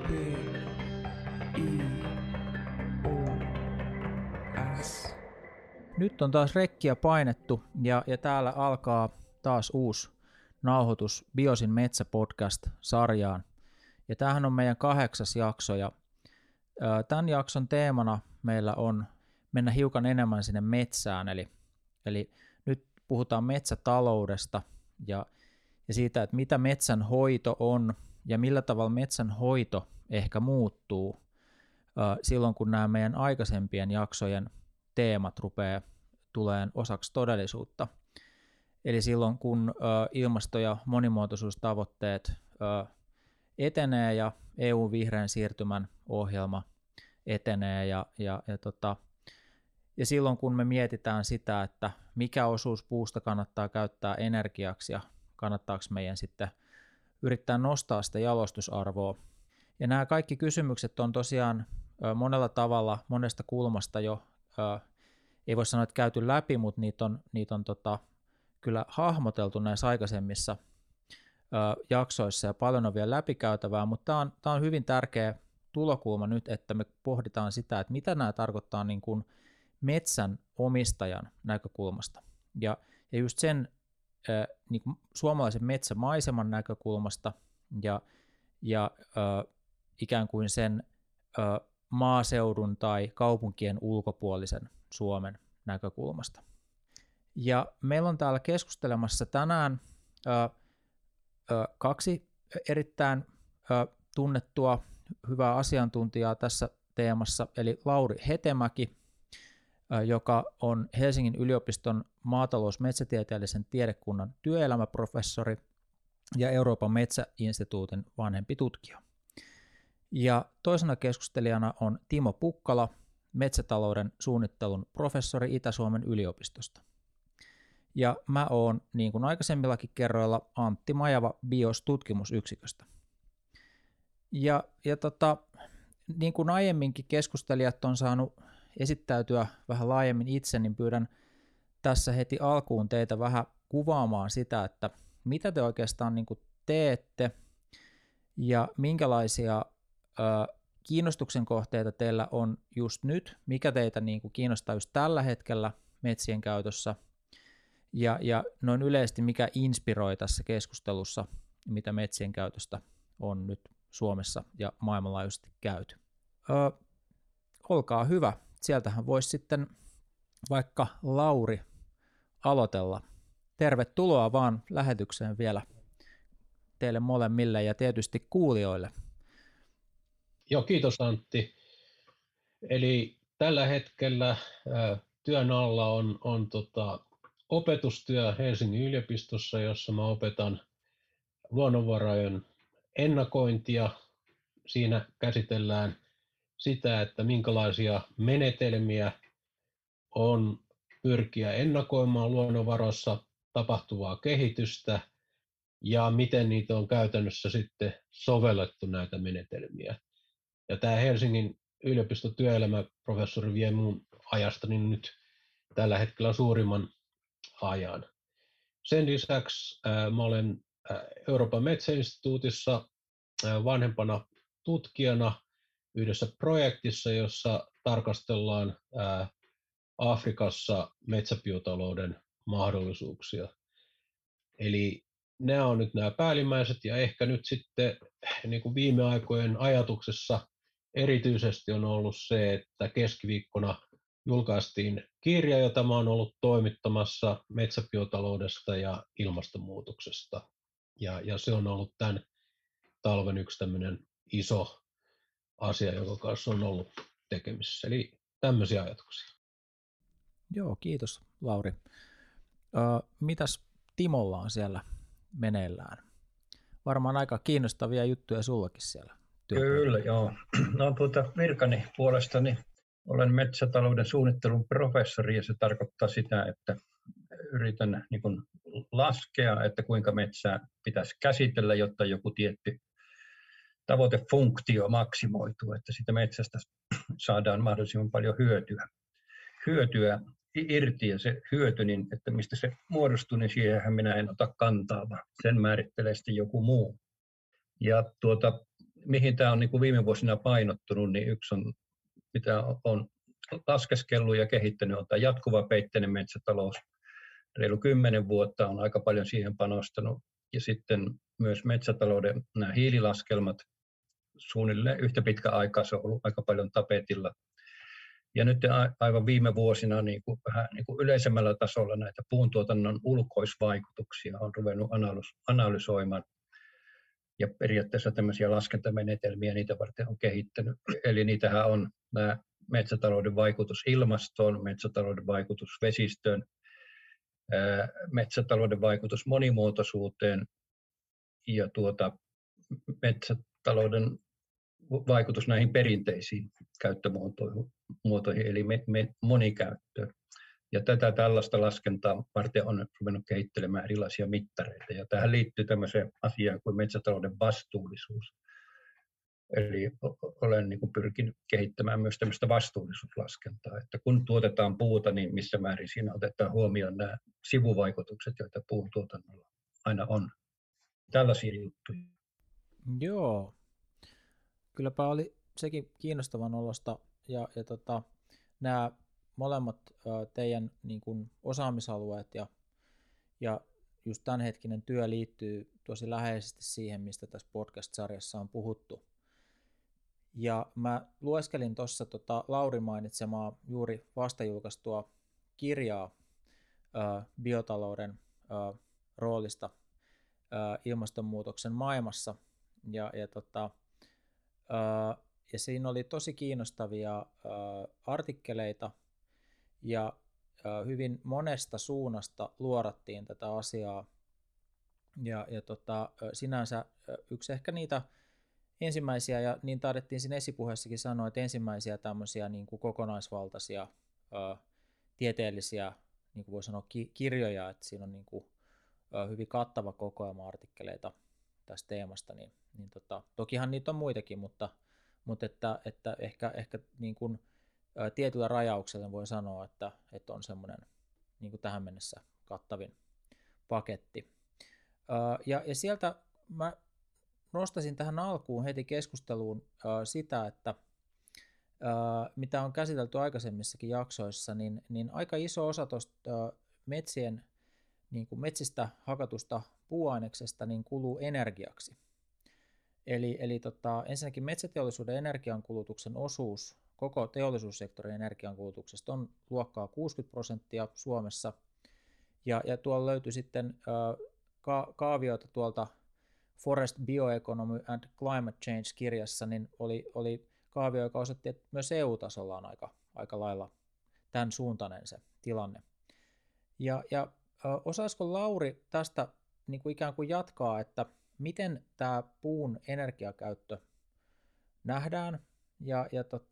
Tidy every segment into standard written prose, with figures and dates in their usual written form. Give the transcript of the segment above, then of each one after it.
B, I, O, S. Nyt on taas rekkiä painettu ja täällä alkaa taas uusi nauhoitus Biosin Metsä-podcast-sarjaan. Ja tämähän on meidän 8. jakso ja tämän jakson teemana meillä on mennä hiukan enemmän sinne metsään. Eli nyt puhutaan metsätaloudesta ja siitä, että mitä metsän hoito on ja millä tavalla metsän hoito ehkä muuttuu silloin, kun nämä meidän aikaisempien jaksojen teemat rupeaa tulemaan osaksi todellisuutta. Eli silloin, kun ilmasto- ja monimuotoisuustavoitteet etenee ja EU-vihreän siirtymän ohjelma etenee ja silloin, kun me mietitään sitä, että mikä osuus puusta kannattaa käyttää energiaksi ja kannattaako meidän sitten yrittää nostaa sitä jalostusarvoa. Ja nämä kaikki kysymykset on tosiaan monella tavalla, monesta kulmasta jo, ei voi sanoa, että käyty läpi, mutta niitä on kyllä hahmoteltu näissä aikaisemmissa jaksoissa ja paljon on vielä läpikäytävää, mutta tämä on hyvin tärkeä tulokulma nyt, että me pohditaan sitä, että mitä nämä tarkoittaa niin kuin metsän omistajan näkökulmasta. Ja just sen niin kuin suomalaisen metsämaiseman näkökulmasta ja ikään kuin sen maaseudun tai kaupunkien ulkopuolisen Suomen näkökulmasta. Ja meillä on täällä keskustelemassa tänään kaksi erittäin tunnettua hyvää asiantuntijaa tässä teemassa, eli Lauri Hetemäki, joka on Helsingin yliopiston maatalous-metsätieteellisen tiedekunnan työelämäprofessori ja Euroopan metsäinstituutin vanhempi tutkija. Ja toisena keskustelijana on Timo Pukkala, metsätalouden suunnittelun professori Itä-Suomen yliopistosta. Ja mä oon, niin kuin aikaisemmillakin kerroilla, Antti Majava BIOS-tutkimusyksiköstä. Ja niin kuin aiemminkin keskustelijat on saanut esittäytyä vähän laajemmin itse, niin pyydän tässä heti alkuun teitä vähän kuvaamaan sitä, että mitä te oikeastaan niin kuin teette ja minkälaisia kiinnostuksen kohteita teillä on just nyt, mikä teitä niin kuin kiinnostaa just tällä hetkellä metsien käytössä ja noin yleisesti mikä inspiroi tässä keskustelussa, mitä metsien käytöstä on nyt Suomessa ja maailmanlaajuisesti käyty. Olkaa hyvä. Sieltähän voisi sitten vaikka Lauri aloitella. Tervetuloa vaan lähetykseen vielä teille molemmille ja tietysti kuulijoille. Joo, kiitos Antti. Eli tällä hetkellä työn alla on opetustyö Helsingin yliopistossa, jossa mä opetan luonnonvarojen ennakointia. Siinä käsitellään sitä, että minkälaisia menetelmiä on pyrkiä ennakoimaan luonnonvaroissa tapahtuvaa kehitystä ja miten niitä on käytännössä sitten sovellettu näitä menetelmiä. Ja tämä Helsingin yliopiston työelämäprofessori vie mun ajastani nyt tällä hetkellä suurimman ajan. Sen lisäksi mä olen Euroopan metsäinstituutissa vanhempana tutkijana yhdessä projektissa, jossa tarkastellaan Afrikassa metsäbiotalouden mahdollisuuksia. Eli nämä on nyt nämä päällimmäiset ja ehkä nyt sitten niin kuin viime aikojen ajatuksessa erityisesti on ollut se, että keskiviikkona julkaistiin kirja, jota mä oon ollut toimittamassa metsäbiotaloudesta ja ilmastonmuutoksesta. Ja se on ollut tämän talven yksi tämmöinen iso asia, joka kanssa on ollut tekemisissä. Eli tämmöisiä ajatuksia. Joo, kiitos Lauri. Mitäs Timolla on siellä meneillään? Varmaan aika kiinnostavia juttuja sullakin siellä. Kyllä, joo. No virkani puolestani olen metsätalouden suunnittelun professori ja se tarkoittaa sitä, että yritän niin kuin laskea, että kuinka metsää pitäisi käsitellä, jotta joku tietty tavoitefunktio maksimoituu, että siitä metsästä saadaan mahdollisimman paljon hyötyä irti ja se hyöty, niin että mistä se muodostuu, niin siihenhän minä en ota kantaa, vaan sen määrittelee sitten joku muu. Ja mihin tämä on niin kuin viime vuosina painottunut, niin yksi on, mitä on laskeskellut ja kehittänyt, on tämä jatkuvapeitteinen metsätalous. Reilu 10 vuotta on aika paljon siihen panostanut. Ja sitten myös metsätalouden nämä hiililaskelmat, suunnilleen yhtä pitkä aikaa se on ollut aika paljon tapetilla. Ja nyt aivan viime vuosina niin kuin vähän niin kuin yleisemmällä tasolla näitä puuntuotannon ulkoisvaikutuksia on ruvennut analysoimaan. Ja periaatteessa tämmöisiä laskentamenetelmiä niitä varten on kehittänyt. Eli niitähän on nämä metsätalouden vaikutus ilmastoon, metsätalouden vaikutus vesistöön, metsätalouden vaikutus monimuotoisuuteen ja metsätalouden vaikutus näihin perinteisiin käyttömuotoihin, eli monikäyttöön. Ja tällaista laskentaa varten on ruvennut kehittelemään erilaisia mittareita. Ja tähän liittyy tämmöiseen asiaan kuin metsätalouden vastuullisuus. Eli olen niin kuin pyrkinyt kehittämään myös tämmöistä vastuullisuuslaskentaa, että kun tuotetaan puuta, niin missä määrin siinä otetaan huomioon nämä sivuvaikutukset, joita puun tuotannolla aina on. Tällaisia juttuja. Joo, kylläpä oli sekin kiinnostavan olosta ja nämä molemmat teidän niin kuin osaamisalueet ja just tämänhetkinen työ liittyy tosi läheisesti siihen, mistä tässä podcast-sarjassa on puhuttu. Ja mä lueskelin tuossa Lauri mainitsemaa juuri vasta julkaistua kirjaa biotalouden roolista ilmastonmuutoksen maailmassa. Ja siinä oli tosi kiinnostavia artikkeleita ja hyvin monesta suunnasta luorattiin tätä asiaa. Ja sinänsä yksi ehkä niitä ensimmäisiä, ja niin taidettiin siinä esipuheessakin sanoa, että ensimmäisiä tämmöisiä niin kuin kokonaisvaltaisia tieteellisiä, niin kuin voi sanoa, kirjoja, että siinä on niin kuin, hyvin kattava kokoelma artikkeleita tästä teemasta, niin tokihan niitä on muitakin, mutta että ehkä niin kuin, tietyllä rajauksella voi sanoa, että on semmoinen niin kuin tähän mennessä kattavin paketti. Ja sieltä mä nostaisin tähän alkuun heti keskusteluun sitä, että mitä on käsitelty aikaisemmissakin jaksoissa, niin aika iso osa tuosta niin kuin metsistä hakatusta puuaineksesta niin kuluu energiaksi. Eli ensinnäkin metsäteollisuuden energiankulutuksen osuus koko teollisuussektorin energiankulutuksesta on luokkaa 60% Suomessa. Ja tuolla löytyi sitten kaavioita tuolta Forest Bioeconomy and Climate Change-kirjassa, niin oli kaavio, joka osoitti, että myös EU-tasolla on aika lailla tämän suuntainen se tilanne. Ja osaisiko Lauri tästä niin kuin ikään kuin jatkaa, että miten tämä puun energiakäyttö nähdään, ja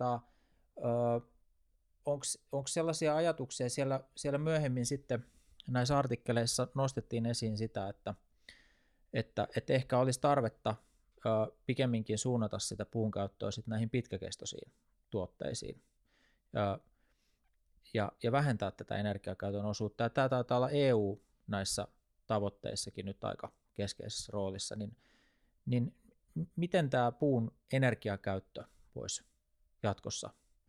onko sellaisia ajatuksia, siellä myöhemmin sitten näissä artikkeleissa nostettiin esiin sitä, että ehkä olisi tarvetta pikemminkin suunnata sitä puun käyttöä sitten näihin pitkäkestoisiin tuotteisiin ja vähentää tätä energiakäytön osuutta. Tämä taitaa olla EU näissä tavoitteissakin nyt aika keskeisessä roolissa, niin miten tämä puun energiakäyttö voisi jatkossa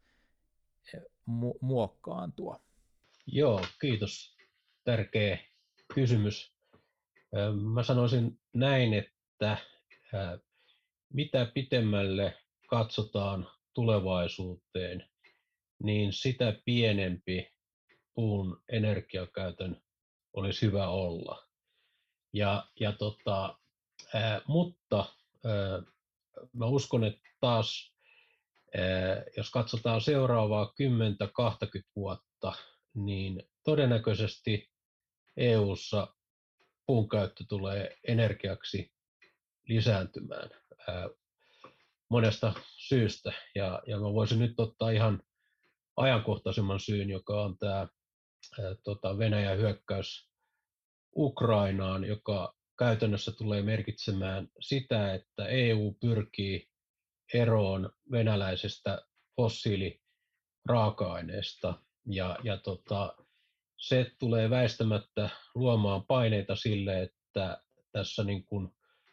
muokkaantua? Joo, kiitos. Tärkeä kysymys. Mä sanoisin näin, että mitä pitemmälle katsotaan tulevaisuuteen, niin sitä pienempi puun energiakäytön olisi hyvä olla. Mutta mä uskon, että taas jos katsotaan seuraavaa 10-20 vuotta, niin todennäköisesti EU:ssa puun käyttö tulee energiaksi lisääntymään monesta syystä. Ja mä voisin nyt ottaa ihan ajankohtaisemman syyn, joka on tämä Venäjän hyökkäys Ukrainaan, joka käytännössä tulee merkitsemään sitä, että EU pyrkii eroon venäläisestä fossiiliraaka-aineesta. Ja se tulee väistämättä luomaan paineita sille, että tässä niin kuin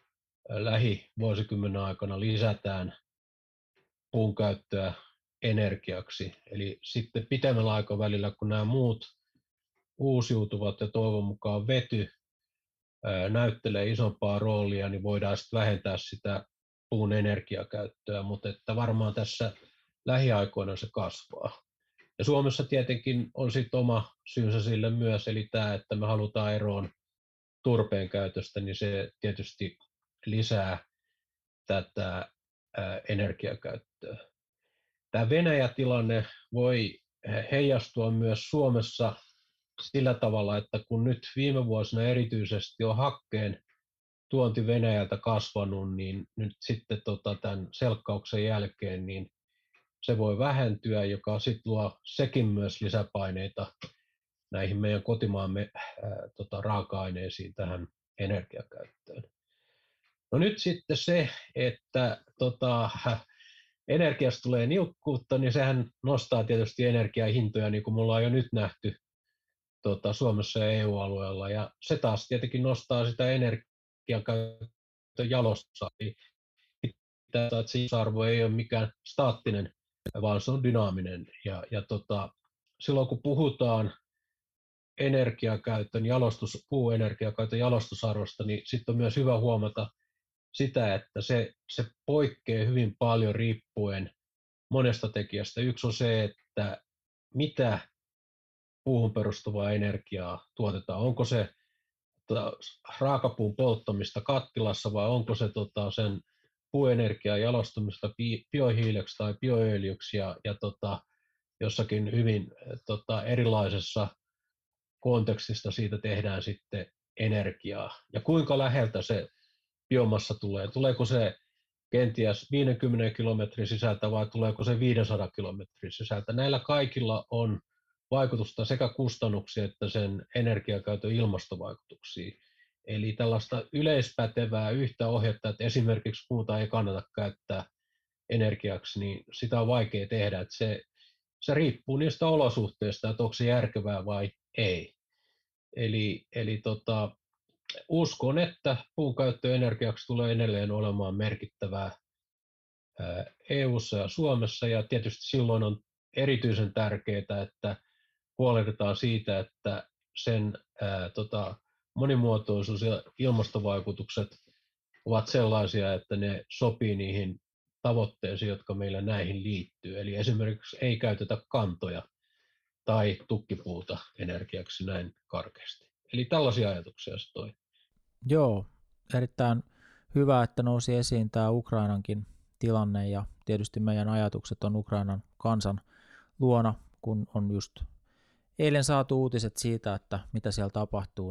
lähivuosikymmenen aikana lisätään puun käyttöä energiaksi. Eli sitten pitemmällä aikavälillä, kun nämä muut uusiutuvat ja toivon mukaan vety näyttelee isompaa roolia, niin voidaan sitten vähentää sitä puun energiakäyttöä, mutta että varmaan tässä lähiaikoina se kasvaa. Ja Suomessa tietenkin on sitten oma syynsä sille myös, eli tämä, että me halutaan eroon turpeen käytöstä, niin se tietysti lisää tätä energiakäyttöä. Tämä Venäjä-tilanne voi heijastua myös Suomessa sillä tavalla, että kun nyt viime vuosina erityisesti on hakkeen tuonti Venäjältä kasvanut, niin nyt sitten tämän selkkauksen jälkeen niin se voi vähentyä, joka sitten luo sekin myös lisäpaineita näihin meidän kotimaamme raaka-aineisiin tähän energiakäyttöön. No nyt sitten se, että energiasta tulee niukkuutta, niin sehän nostaa tietysti energiahintoja, niin kuin me ollaan jo nyt nähty Suomessa ja EU-alueella, ja se taas tietenkin nostaa sitä energiakäyttöä jalostusta. Että se arvo ei ole mikään staattinen, vaan se on dynaaminen. Silloin kun puhutaan puuenergiakäytön jalostusarvosta, niin sitten on myös hyvä huomata sitä, että se poikkeaa hyvin paljon riippuen monesta tekijästä. Yksi on se, että mitä puuhun perustuvaa energiaa tuotetaan. Onko se raakapuun polttamista kattilassa vai onko se sen puuenergian jalostumista biohiileksi tai bioöljyksi ja jossakin hyvin erilaisessa kontekstista siitä tehdään sitten energiaa. Ja kuinka läheltä se biomassa tulee? Tuleeko se kenties 50 kilometrin sisältä vai tuleeko se 500 kilometrin sisältä? Näillä kaikilla on vaikutusta sekä kustannuksiin että sen energiakäytön ilmastovaikutuksiin. Eli tällaista yleispätevää yhtä ohjetta, että esimerkiksi puuta ei kannata käyttää energiaksi, niin sitä on vaikea tehdä. Että se riippuu niistä olosuhteista, että onko se järkevää vai ei. Eli uskon, että puun käyttö energiaksi tulee edelleen olemaan merkittävää EU:ssa ja Suomessa, ja tietysti silloin on erityisen tärkeää, että huolehditaan siitä, että sen monimuotoisuus ja ilmastovaikutukset ovat sellaisia, että ne sopii niihin tavoitteisiin, jotka meillä näihin liittyy. Eli esimerkiksi ei käytetä kantoja tai tukkipuuta energiaksi näin karkeasti. Eli tällaisia ajatuksia se toi. Joo, erittäin hyvä, että nousi esiin tämä Ukrainankin tilanne, ja tietysti meidän ajatukset on Ukrainan kansan luona, kun on just eilen saatu uutiset siitä, että mitä siellä tapahtuu,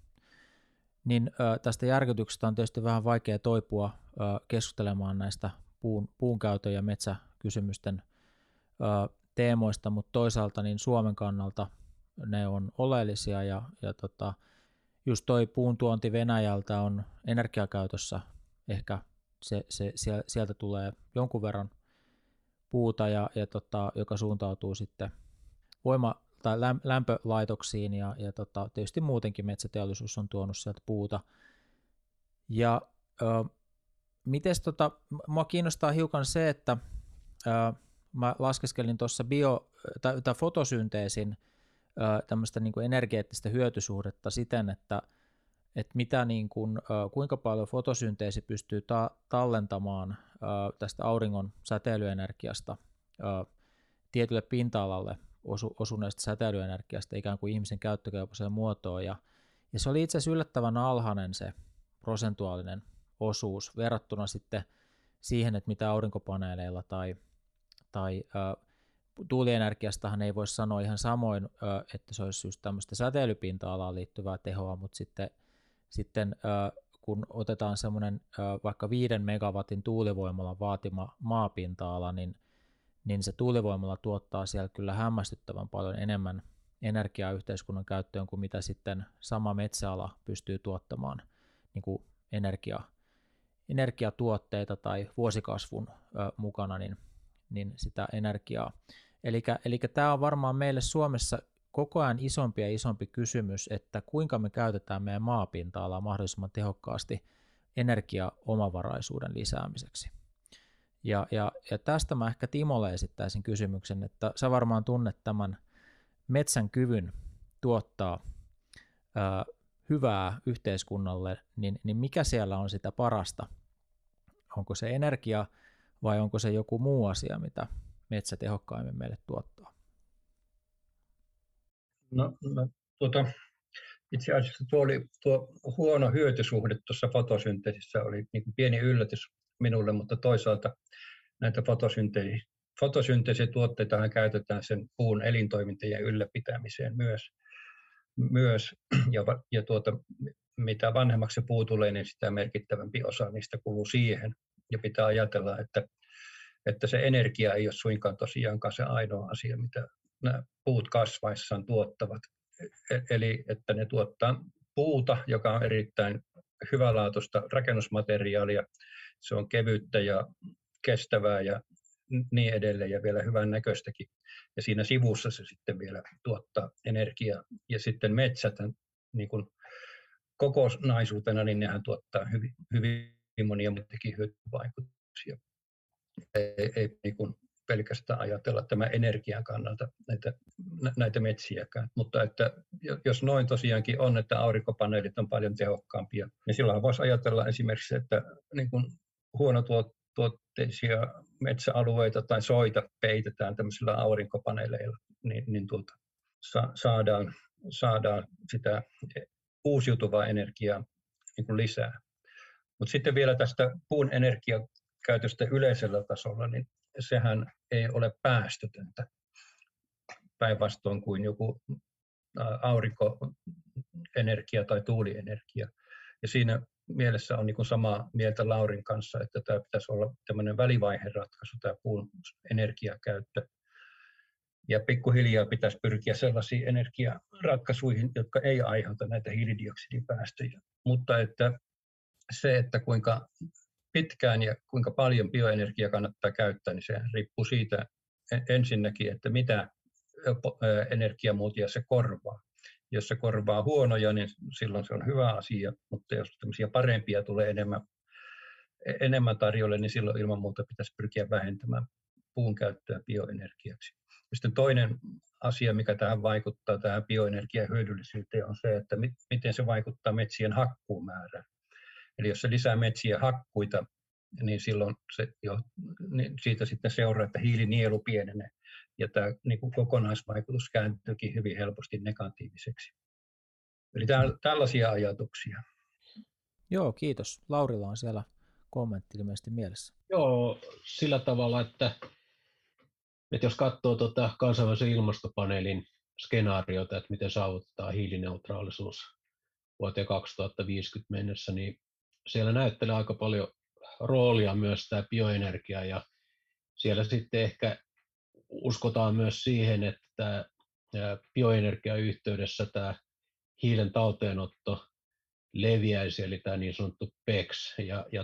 niin tästä järkytyksestä on tietysti vähän vaikea toipua keskustelemaan näistä puunkäytön ja metsäkysymysten teemoista, mutta toisaalta niin Suomen kannalta ne on oleellisia, ja just toi puun tuonti Venäjältä on energiakäytössä ehkä sieltä tulee jonkun verran puuta, joka suuntautuu sitten tai lämpölaitoksiin, ja tietysti muutenkin metsäteollisuus on tuonut sieltä puuta. Ja mites mua kiinnostaa hiukan se, että mä laskeskelin tuossa fotosynteesin tämmöistä niin kuin energeettistä hyötysuhdetta siten, että kuinka paljon fotosynteesi pystyy tallentamaan tästä auringon säteilyenergiasta tietylle pinta-alalle osuneesta säteilyenergiasta ikään kuin ihmisen käyttökelpoiseen muotoon, ja se oli itse asiassa yllättävän alhainen se prosentuaalinen osuus verrattuna sitten siihen, että mitä aurinkopaneeleilla tai tuulienergiastahan ei voi sanoa ihan samoin, että se olisi just tämmöistä säteilypinta-alaan liittyvää tehoa, mutta sitten kun otetaan semmoinen vaikka 5 megawatin tuulivoimalan vaatima maapinta-ala, niin se tuulivoimalla tuottaa siellä kyllä hämmästyttävän paljon enemmän energiaa yhteiskunnan käyttöön kuin mitä sitten sama metsäala pystyy tuottamaan niin kuin energiatuotteita tai vuosikasvun mukana, niin sitä energiaa. Eli tämä on varmaan meille Suomessa koko ajan isompi ja isompi kysymys, että kuinka me käytetään meidän maapinta-alaa mahdollisimman tehokkaasti energiaomavaraisuuden lisäämiseksi. Ja tästä mä ehkä Timolle esittäisin kysymyksen, että sä varmaan tunnet tämän metsän kyvyn tuottaa hyvää yhteiskunnalle, niin mikä siellä on sitä parasta? Onko se energia vai onko se joku muu asia, mitä metsä tehokkaimmin meille tuottaa? No, itse asiassa tuo huono hyötysuhde tuossa fotosynteesissä oli niin kuin pieni yllätys minulle, mutta toisaalta näitä fotosynteesituotteitahan käytetään sen puun elintoimintojen ylläpitämiseen myös ja mitä vanhemmaksi se puu tulee, niin sitä merkittävämpi osa niistä kuluu siihen. Ja pitää ajatella, että se energia ei ole suinkaan tosiaankaan se ainoa asia, mitä nämä puut kasvaessaan tuottavat. Eli että ne tuottaa puuta, joka on erittäin hyvälaatuista rakennusmateriaalia. Se on kevyttä ja kestävää ja niin edelleen ja vielä hyvän näköistäkin. Ja siinä sivussa se sitten vielä tuottaa energiaa. Ja sitten metsät niin kuin kokonaisuutena, niin nehän tuottaa hyvin monia muitakin hyötyvaikutuksia. Ei niin kuin pelkästään ajatella tämän energian kannalta näitä metsiäkään. Mutta että jos noin tosiaankin on, että aurinkopaneelit on paljon tehokkaampia, niin silloin voisi ajatella esimerkiksi, että niin kuin huonotuotteisia metsäalueita tai soita peitetään tämmöisillä aurinkopaneeleilla, niin saadaan sitä uusiutuvaa energiaa niin kuin lisää. Mutta sitten vielä tästä puun energiakäytöstä yleisellä tasolla, niin sehän ei ole päästötöntä päinvastoin kuin joku aurinkoenergia tai tuulienergia. Ja siinä mielessä on niin kuin samaa mieltä Laurin kanssa, että tämä pitäisi olla tämmöinen välivaiheen ratkaisu, tämä puun energiakäyttö. Ja pikkuhiljaa pitäisi pyrkiä sellaisiin energiaratkaisuihin, jotka ei aiheuta näitä hiilidioksidipäästöjä. Mutta että se, että kuinka pitkään ja kuinka paljon bioenergiaa kannattaa käyttää, niin se riippuu siitä ensinnäkin, että mitä energiamuotoja se korvaa. Jos se korvaa huonoja, niin silloin se on hyvä asia, mutta jos tämmöisiä parempia tulee enemmän tarjolle, niin silloin ilman muuta pitäisi pyrkiä vähentämään puun käyttöä bioenergiaksi. Sitten toinen asia, mikä tähän vaikuttaa, tähän bioenergian hyödyllisyyteen, on se, että miten se vaikuttaa metsien hakkuumäärään. Eli jos se lisää metsien hakkuita, niin silloin siitä sitten seuraa, että hiilinielu pienenee. Ja tämä niin kuin kokonaisvaikutus kääntyykin hyvin helposti negatiiviseksi. Eli tällaisia ajatuksia. Joo, kiitos. Laurilla on siellä kommentti ilmeisesti mielessä. Joo, sillä tavalla, että jos katsoo kansainvälisen ilmastopaneelin skenaariota, että miten saavutetaan hiilineutraalisuus vuoteen 2050 mennessä, niin siellä näyttelee aika paljon roolia myös tämä bioenergia, ja siellä sitten ehkä uskotaan myös siihen, että bioenergian yhteydessä tämä hiilen talteenotto leviäisi, eli tämä niin sanottu PEX,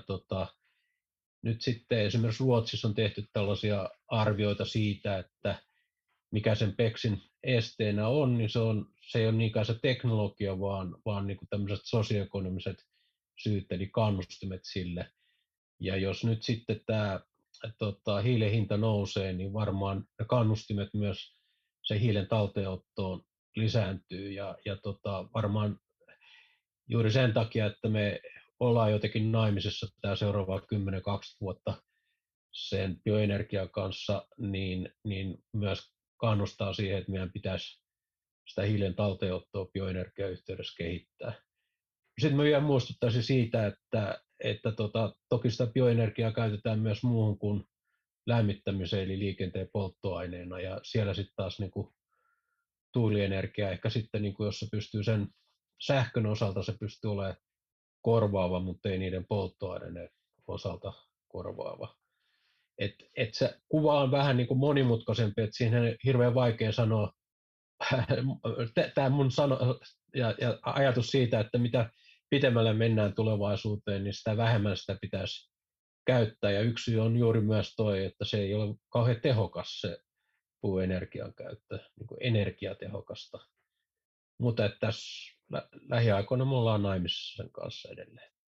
nyt sitten esimerkiksi Ruotsissa on tehty tällaisia arvioita siitä, että mikä sen PEXin esteenä on, niin se ei ole niinkään se teknologia, vaan niin kuin tämmöiset sosioekonomiset syyt, eli kannustimet sille. Ja jos nyt sitten tämä hiilen hinta nousee, niin varmaan ne kannustimet myös se hiilen talteenottoon lisääntyy, ja varmaan juuri sen takia, että me ollaan jotenkin naimisessa tämä seuraava 10-20 vuotta sen bioenergian kanssa, niin myös kannustaa siihen, että meidän pitäisi sitä hiilen talteenottoa bioenergian yhteydessä kehittää. Sitten mä vielä muistuttaisin siitä, että toki sitä bioenergiaa käytetään myös muuhun kuin lämmittämiseen, eli liikenteen polttoaineena, ja siellä sitten taas niin kuin tuulienergia ehkä sitten, niin kuin jos se pystyy sen sähkön osalta, se pystyy olemaan korvaava, mutta ei niiden polttoaineiden osalta korvaava. Se kuva on vähän niin kuin monimutkaisempi, että siinä on hirveän vaikea sanoa, tämä mun ja ajatus siitä, että mitä pitemmälle mennään tulevaisuuteen, niin sitä vähemmän sitä pitäisi käyttää. Ja yksi on juuri myös toi, että se ei ole kauhean tehokas se puuenergian käyttö, niin kuin energiatehokasta. Mutta tässä lähiaikoina me ollaan naimisissa sen kanssa edelleen.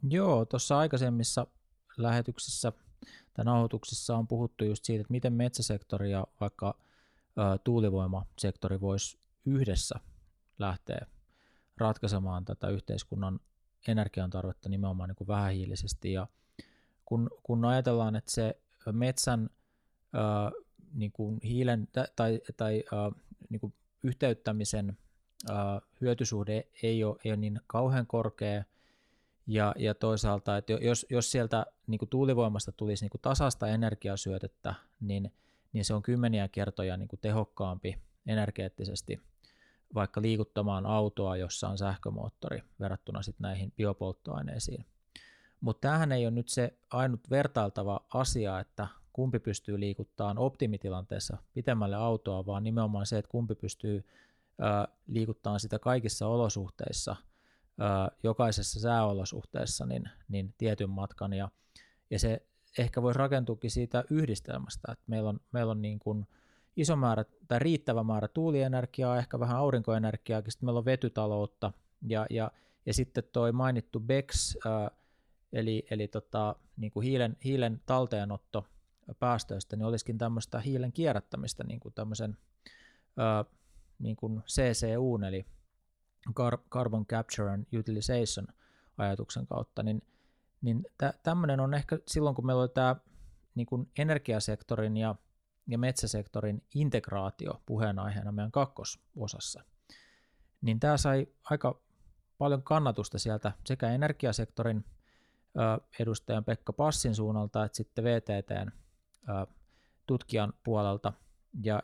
Joo, tuossa aikaisemmissa lähetyksissä tai nauhoituksissa on puhuttu just siitä, että miten metsäsektori ja vaikka tuulivoimasektori voisi yhdessä lähteä ratkaisemaan tätä yhteiskunnan energiantarvetta nimenomaan niin kuin vähähiilisesti. Ja kun ajatellaan, että se metsän niin kuin hiilen tai niin kuin yhteyttämisen hyötysuhde ei ole niin kauhean korkea, ja toisaalta, että jos sieltä niin kuin tuulivoimasta tulisi niin kuin tasaista energiasyötettä, niin se on kymmeniä kertoja niin kuin tehokkaampi energeettisesti vaikka liikuttamaan autoa, jossa on sähkömoottori verrattuna sitten näihin biopolttoaineisiin. Mutta tämähän ei ole nyt se ainut vertailtava asia, että kumpi pystyy liikuttamaan optimitilanteessa pitemmälle autoa, vaan nimenomaan se, että kumpi pystyy liikuttamaan sitä kaikissa olosuhteissa, jokaisessa sääolosuhteessa niin tietyn matkan, ja se ehkä voisi rakentuakin siitä yhdistelmästä, että meillä on niin kuin iso määrä tai riittävä määrä tuulienergiaa, ehkä vähän aurinkoenergiaa, sitten meillä on vetytaloutta, ja sitten toi mainittu BECCS, eli niin kuin hiilen talteenotto päästöistä, niin olisikin tämmöistä hiilen kierrättämistä niin kuin tämmöisen niin kuin CCU, eli Carbon Capture and Utilization ajatuksen kautta, niin tämmöinen on ehkä silloin, kun meillä oli tämä niin kuin energiasektorin ja metsäsektorin integraatio puheenaiheena meidän kakkososassa, niin tämä sai aika paljon kannatusta sieltä sekä energiasektorin edustajan Pekka Passin suunnalta että sitten VTT:n tutkijan puolelta, ja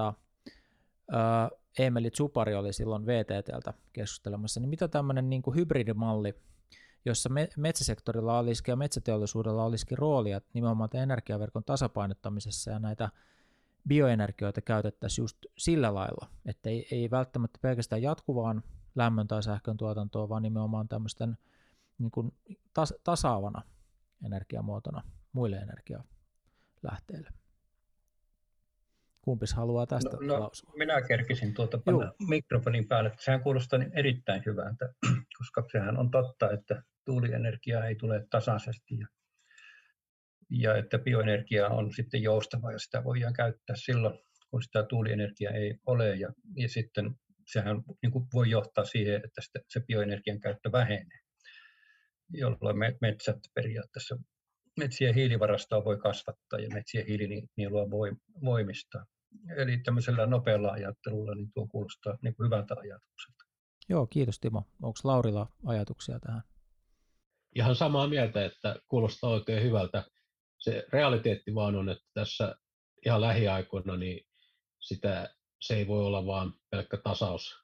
Eemeli Tsupari oli silloin VTT:ltä keskustelemassa, niin mitä tämmöinen niin kuin hybridimalli, jossa metsäsektorilla olisikin ja metsäteollisuudella olisikin roolia nimenomaan energiaverkon tasapainottamisessa ja näitä bioenergioita käytettäisiin just sillä lailla, että ei välttämättä pelkästään jatkuvaan lämmön tai sähkön tuotantoon, vaan nimenomaan tämmöisten niin kuin tasaavana energiamuotona muille energialähteille. Kumpis haluaa tästä lausua? Minä kerkisin panna mikrofonin päälle. Sehän kuulostaa niin erittäin hyvältä, koska sehän on totta, että tuulienergia ei tule tasaisesti ja että bioenergia on sitten joustava ja sitä voidaan käyttää silloin, kun sitä tuulienergiaa ei ole, ja sitten sehän niin kuin voi johtaa siihen, että se bioenergian käyttö vähenee, jolloin metsät periaatteessa metsien hiilivarastoa voi kasvattaa ja metsien hiilinielua voimistaa. Eli tämmöisellä nopealla ajattelulla niin tuo kuulostaa niin kuin hyvältä ajatukselta. Joo, kiitos Timo. Onko Laurilla ajatuksia tähän? Ihan samaa mieltä, että kuulostaa oikein hyvältä. Se realiteetti vaan on, että tässä ihan lähiaikoina niin se ei voi olla vaan pelkkä tasaus.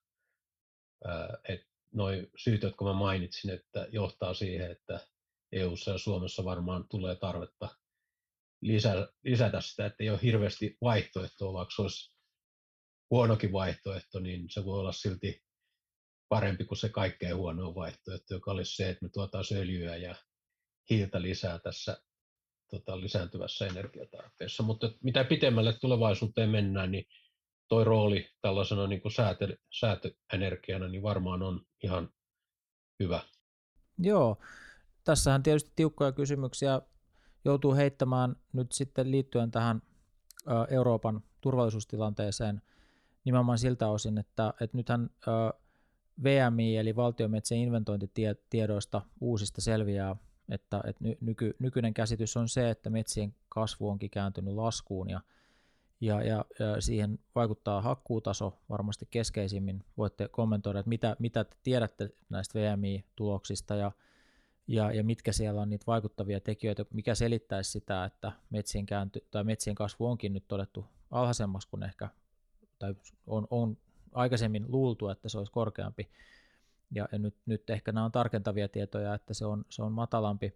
Noi syyt, jotka mä mainitsin, että johtaa siihen, että EU:ssa ja Suomessa varmaan tulee tarvetta lisätä sitä, että ei ole hirveästi vaihtoehtoa, vaikka se olisi huonokin vaihtoehto, niin se voi olla silti parempi kuin se kaikkein huono vaihtoehto, joka olisi se, että me tuotaisiin öljyä ja hiiltä lisää tässä lisääntyvässä energiatarpeessa. Mutta mitä pitemmälle tulevaisuuteen mennään, niin toi rooli tällaisena niin kuin säätöenergiana niin varmaan on ihan hyvä. Joo, tässähän tietysti tiukkoja kysymyksiä joutuu heittämään nyt sitten liittyen tähän Euroopan turvallisuustilanteeseen nimenomaan siltä osin, että nythän VMI eli valtionmetsien inventointitiedoista uusista selviää, että nykyinen käsitys on se, että metsien kasvu onkin kääntynyt laskuun ja siihen vaikuttaa hakkuutaso varmasti keskeisimmin. Voitte kommentoida, että mitä te tiedätte näistä VMI-tuloksista ja mitkä siellä on niitä vaikuttavia tekijöitä, mikä selittäisi sitä, että metsien kasvu onkin nyt todettu alhaisemmaksi kuin ehkä, tai on aikaisemmin luultu, että se olisi korkeampi, ja nyt ehkä nämä on tarkentavia tietoja, että se on matalampi,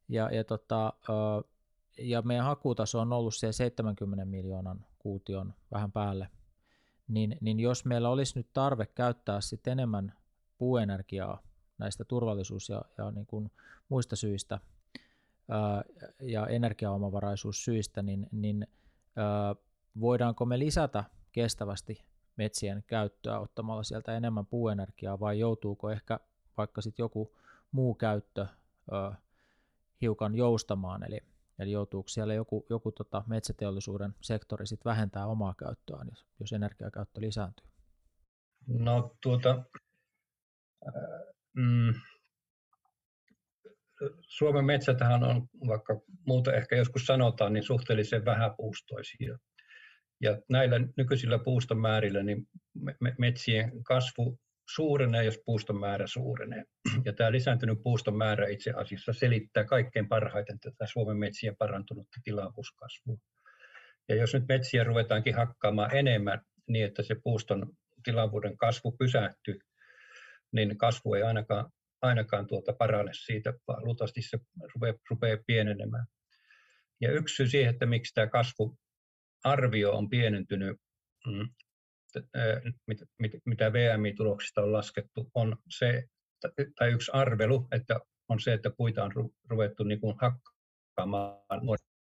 ja meidän hakkuutaso on ollut siellä 70 miljoonan kuution vähän päälle, niin jos meillä olisi nyt tarve käyttää sitten enemmän puuenergiaa näistä turvallisuus- ja niin kuin muista syistä ja energiaomavaraisuussyistä, niin voidaanko me lisätä kestävästi metsien käyttöä ottamalla sieltä enemmän puuenergiaa, vai joutuuko ehkä vaikka sitten joku muu käyttö hiukan joustamaan, eli joutuuko siellä joku metsäteollisuuden sektori sit vähentää omaa käyttöään, jos energiakäyttö lisääntyy? No Suomen metsätähän on, vaikka muuta ehkä joskus sanotaan, niin suhteellisen vähäpuustoisia. Ja näillä nykyisillä puuston määrillä niin metsien kasvu suurenee, jos puuston määrä suurenee. Ja tämä lisääntynyt puuston määrä itse asiassa selittää kaikkein parhaiten tätä Suomen metsien parantunutta tilavuuskasvua. Ja jos nyt metsiä ruvetaankin hakkaamaan enemmän niin, että se puuston tilavuuden kasvu pysähtyy, niin kasvu ei ainakaan parane siitä, vaan luultavasti se rupeaa pienenemään. Ja yksi syy siihen, että miksi tämä kasvuarvio on pienentynyt, mitä VMI-tuloksista on laskettu, on se, tai yksi arvelu, että on se, että puita on ruvettu niin kuin hakkaamaan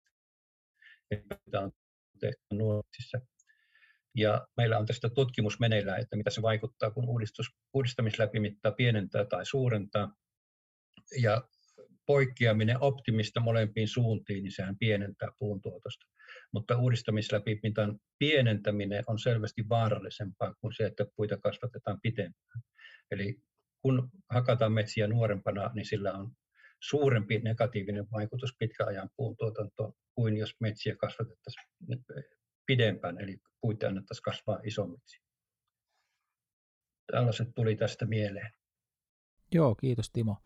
nuorissa. Ja meillä on tästä tutkimus meneillään, että mitä se vaikuttaa, kun uudistamisläpimitta pienentää tai suurentaa. Ja poikkeaminen optimista molempiin suuntiin, niin sehän pienentää puun tuotosta. Mutta uudistamisläpimitan pienentäminen on selvästi vaarallisempaa kuin se, että puita kasvatetaan pitempään. Eli kun hakataan metsiä nuorempana, niin sillä on suurempi negatiivinen vaikutus pitkäajan puun tuotantoon kuin jos metsiä kasvatettaisiin pidempään, eli puita annettaisiin kasvaa isommiksi. Tällaiset tuli tästä mieleen. Joo, kiitos Timo.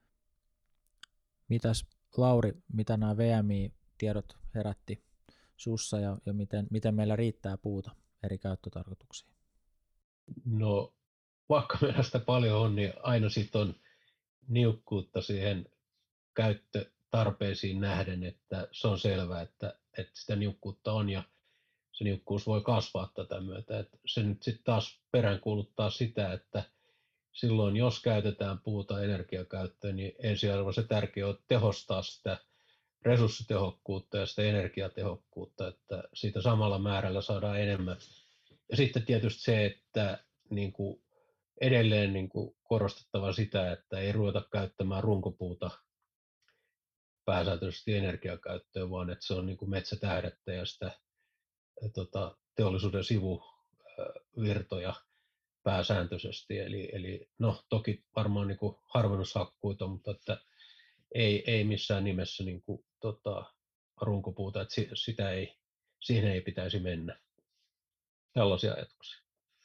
Mitäs Lauri, mitä nämä VMI-tiedot herätti sussa ja miten meillä riittää puuta eri käyttötarkoituksiin? No, vaikka meillä sitä paljon on, niin aina sitten on niukkuutta siihen käyttötarpeisiin nähden, että se on selvää, että sitä niukkuutta on ja se niukkuus voi kasvaa tätä myötä. Että se nyt sitten taas peräänkuuluttaa sitä, että silloin jos käytetään puuta energiakäyttöön, niin ensiarvoisen tärkeää on tehostaa sitä resurssitehokkuutta ja sitä energiatehokkuutta, että siitä samalla määrällä saadaan enemmän. Ja sitten tietysti se, että niin kuin edelleen niin kuin korostettava sitä, että ei ruveta käyttämään runkopuuta pääsääntöisesti energiakäyttöön, vaan että se on niin kuin metsätähdettä ja sitä teollisuuden sivuvirtoja pääsääntöisesti. Eli no toki varmaan niin kuin harvennushakkuita, mutta että ei missään nimessä niin kuin, runkopuuta, että siihen ei pitäisi mennä. Tällaisia ajatuksia.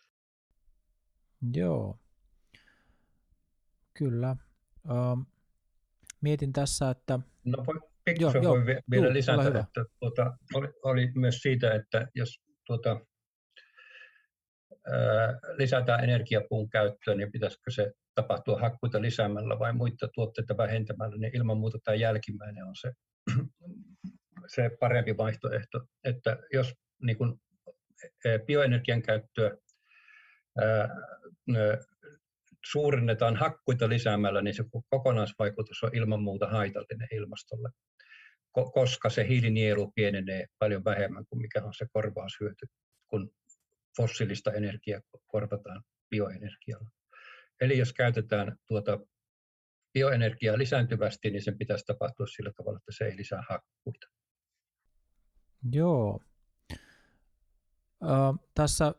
Joo, kyllä. Mietin tässä, että... No voi vielä lisätä, että oli myös siitä, että jos lisätään energiapuun käyttöön, niin pitäisikö se tapahtua hakkuita lisäämällä vai muita tuotteita vähentämällä, niin ilman muuta tämä jälkimmäinen on se parempi vaihtoehto. Että jos niin kun, bioenergian käyttöä suurennetaan hakkuita lisäämällä, niin se kokonaisvaikutus on ilman muuta haitallinen ilmastolle, koska se hiilinielu pienenee paljon vähemmän kuin mikä on se korvaushyöty, kun fossiilista energiaa korvataan bioenergialla. Eli jos käytetään bioenergiaa lisääntyvästi, niin sen pitäisi tapahtua sillä tavalla, että se ei lisää hakkuita. Joo. Tässä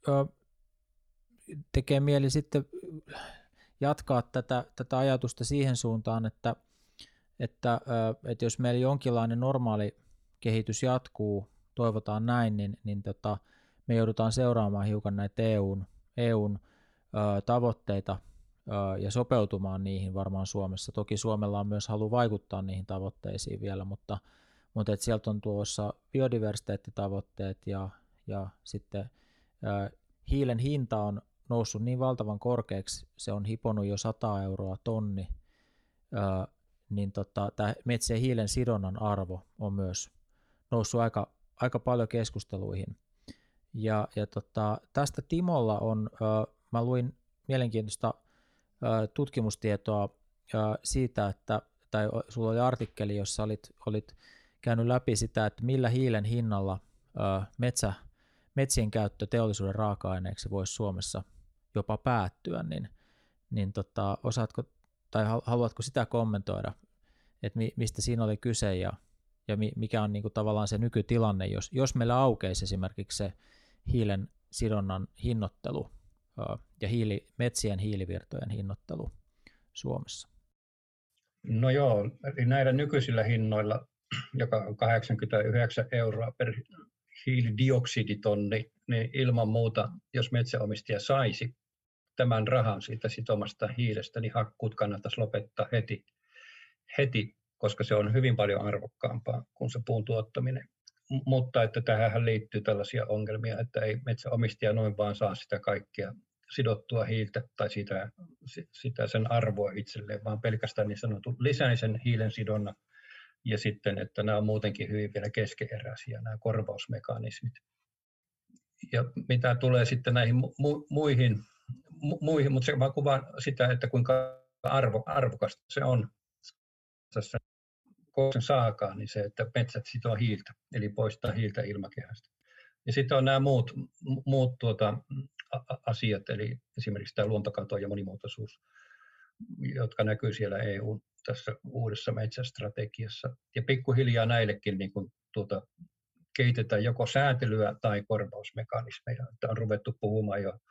tekee mieli sitten jatkaa tätä ajatusta siihen suuntaan, että jos meillä jonkinlainen normaali kehitys jatkuu, toivotaan näin, niin me joudutaan seuraamaan hiukan näitä EUn tavoitteita ja sopeutumaan niihin varmaan Suomessa. Toki Suomella on myös halu vaikuttaa niihin tavoitteisiin vielä, mutta et sieltä on tuossa biodiversiteettitavoitteet ja sitten hiilen hinta on noussut niin valtavan korkeaksi, se on hiponut jo 100 euroa tonni, niin tämä metsien hiilen sidonnan arvo on myös noussut aika paljon keskusteluihin. Ja tästä Timolla on, mä luin mielenkiintoista tutkimustietoa siitä, tai sulla oli artikkeli, jossa olit käynyt läpi sitä, että millä hiilen hinnalla metsien käyttö teollisuuden raaka-aineeksi voisi Suomessa jopa päättyä, niin osaatko tai haluatko sitä kommentoida, että mistä siinä oli kyse ja mikä on niin kuin tavallaan se nykytilanne, jos meillä aukeisi esimerkiksi se hiilen sidonnan hinnoittelu ja metsien hiilivirtojen hinnoittelu Suomessa? No joo, eli näillä nykyisillä hinnoilla, joka on 89 € per hiilidioksiditonni, niin ilman muuta, jos metsänomistaja saisi tämän rahan siitä sitomasta hiilestä, niin hakkuut kannattaisi lopettaa heti, koska se on hyvin paljon arvokkaampaa kuin se puun tuottaminen. Mutta että tähän liittyy tällaisia ongelmia, että ei metsänomistaja noin vaan saa sitä kaikkea sidottua hiiltä tai sitä sen arvoa itselleen, vaan pelkästään niin sanotun lisäisen hiilen sidonnan. Ja sitten, että nämä on muutenkin hyvin vielä keskeneräisiä, nämä korvausmekanismit. Ja mitä tulee sitten näihin muihin, mutta se vaan kuvaa sitä, että kuinka arvokasta se on tässä kouksen saakaan, niin se, että metsät sitoo hiiltä, eli poistaa hiiltä ilmakehästä. Ja sitten on nämä muut asiat, eli esimerkiksi tämä luontokato ja monimuotoisuus, jotka näkyy siellä EU tässä uudessa metsästrategiassa. Ja pikkuhiljaa näillekin niin kuin, kehitetään joko säätelyä tai korvausmekanismeja. On ruvettu puhumaan jo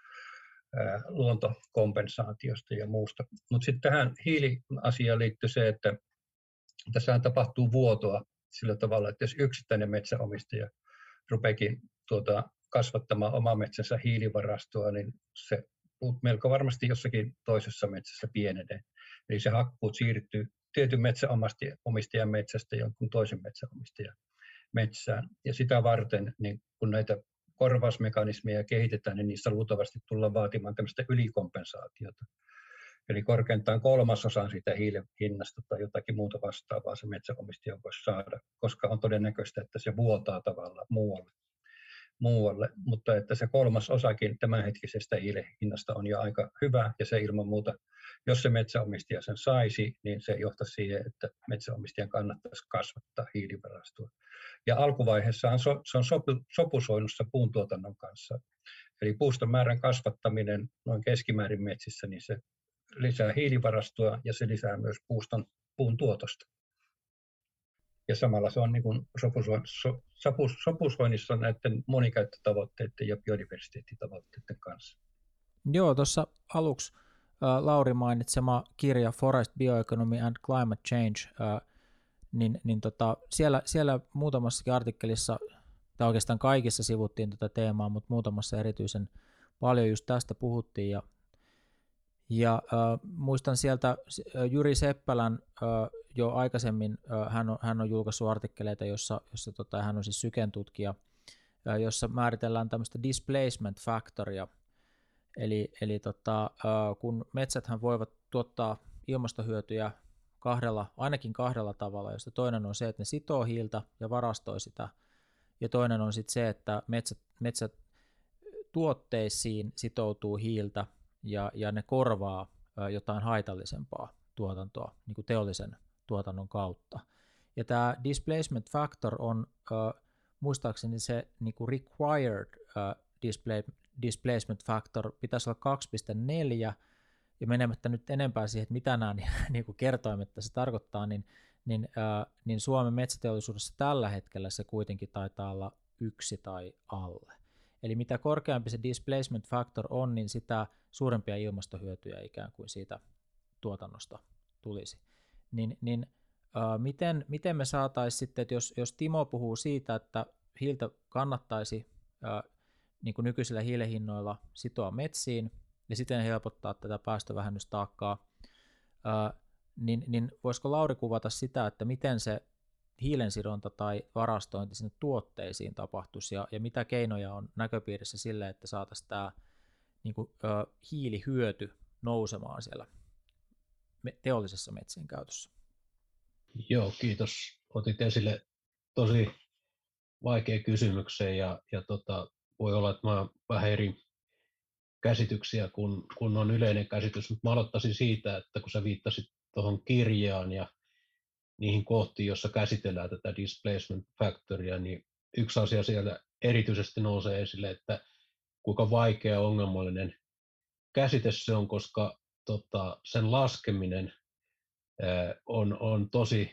luontokompensaatiosta ja muusta. Mutta sitten tähän hiiliasiaan liittyy se, että tässähän tapahtuu vuotoa sillä tavalla, että jos yksittäinen metsänomistaja rupeekin kasvattamaan oman metsänsä hiilivarastoa, niin se melko varmasti jossakin toisessa metsässä pienenee. Eli se hakkuut siirtyy tietyn metsäomistajan metsästä jonkun toisen metsäomistajan metsään. Ja sitä varten, niin kun näitä korvausmekanismeja kehitetään, niin niissä luultavasti tullaan vaatimaan tämmöistä ylikompensaatiota. Eli korkeintaan 1/3 siitä hiilen hinnasta tai jotakin muuta vastaavaa se metsäomistaja voisi saada, koska on todennäköistä, että se vuotaa tavallaan muualle. Mutta että se 1/3 tämänhetkisestä hiilen hinnasta on jo aika hyvä, ja se ilman muuta, jos se metsäomistaja sen saisi, niin se johtaisi siihen, että metsäomistajan kannattaisi kasvattaa hiilivarastoa. Ja alkuvaiheessahan se on sopusoinnussa puuntuotannon kanssa. Eli puuston määrän kasvattaminen noin keskimäärin metsissä, niin se lisää hiilivarastoa ja se lisää myös puun tuotosta. Ja samalla se on niin kuin sopusoinnissa näiden monikäyttötavoitteiden ja biodiversiteettitavoitteiden kanssa. Joo, tuossa aluksi Lauri mainitsema kirja Forest Bioeconomy and Climate Change, siellä muutamassakin artikkelissa, tai oikeastaan kaikissa sivuttiin tätä teemaa, mutta muutamassa erityisen paljon just tästä puhuttiin. Ja muistan sieltä Jyri Seppälän jo aikaisemmin, hän on julkaissut artikkeleita, jossa hän on siis Syken tutkija, jossa määritellään tämmöistä displacement factoria. Eli kun metsäthän voivat tuottaa ilmastohyötyjä ainakin kahdella tavalla, josta toinen on se, että ne sitoo hiiltä ja varastoi sitä, ja toinen on sitten se, että metsät tuotteisiin sitoutuu hiiltä, ja ne korvaa jotain haitallisempaa tuotantoa niin kuin teollisen tuotannon kautta. Ja tämä displacement factor on muistaakseni se niin kuin required displacement factor pitäisi olla 2,4, ja menemättä nyt enempää siihen, että mitä nämä niin kuin kertoimet se tarkoittaa, niin Suomen metsäteollisuudessa tällä hetkellä se kuitenkin taitaa olla 1 tai alle. Eli mitä korkeampi se displacement factor on, niin sitä suurempia ilmastohyötyjä ikään kuin siitä tuotannosta tulisi. Miten me saataisiin sitten, että jos Timo puhuu siitä, että hiiltä kannattaisi niin kuin nykyisillä hiilehinnoilla sitoa metsiin ja siten helpottaa tätä päästövähennystaakkaa, niin voisiko Lauri kuvata sitä, että miten se hiilensidonta tai varastointi sinne tuotteisiin tapahtuisi ja mitä keinoja on näköpiirissä sille, että saataisiin tämä niin kuin, hiilihyöty nousemaan siellä teollisessa metsien käytössä? Joo, kiitos. Otit esille tosi vaikea kysymyksen ja voi olla, että mä oon vähän eri käsityksiä kun on yleinen käsitys, mutta mä aloittaisin siitä, että kun sä viittasit tuohon kirjaan ja niihin kohtiin, joissa käsitellään tätä displacement factoria, niin yksi asia siellä erityisesti nousee esille, että kuinka vaikea ja ongelmallinen käsite se on, koska sen laskeminen on tosi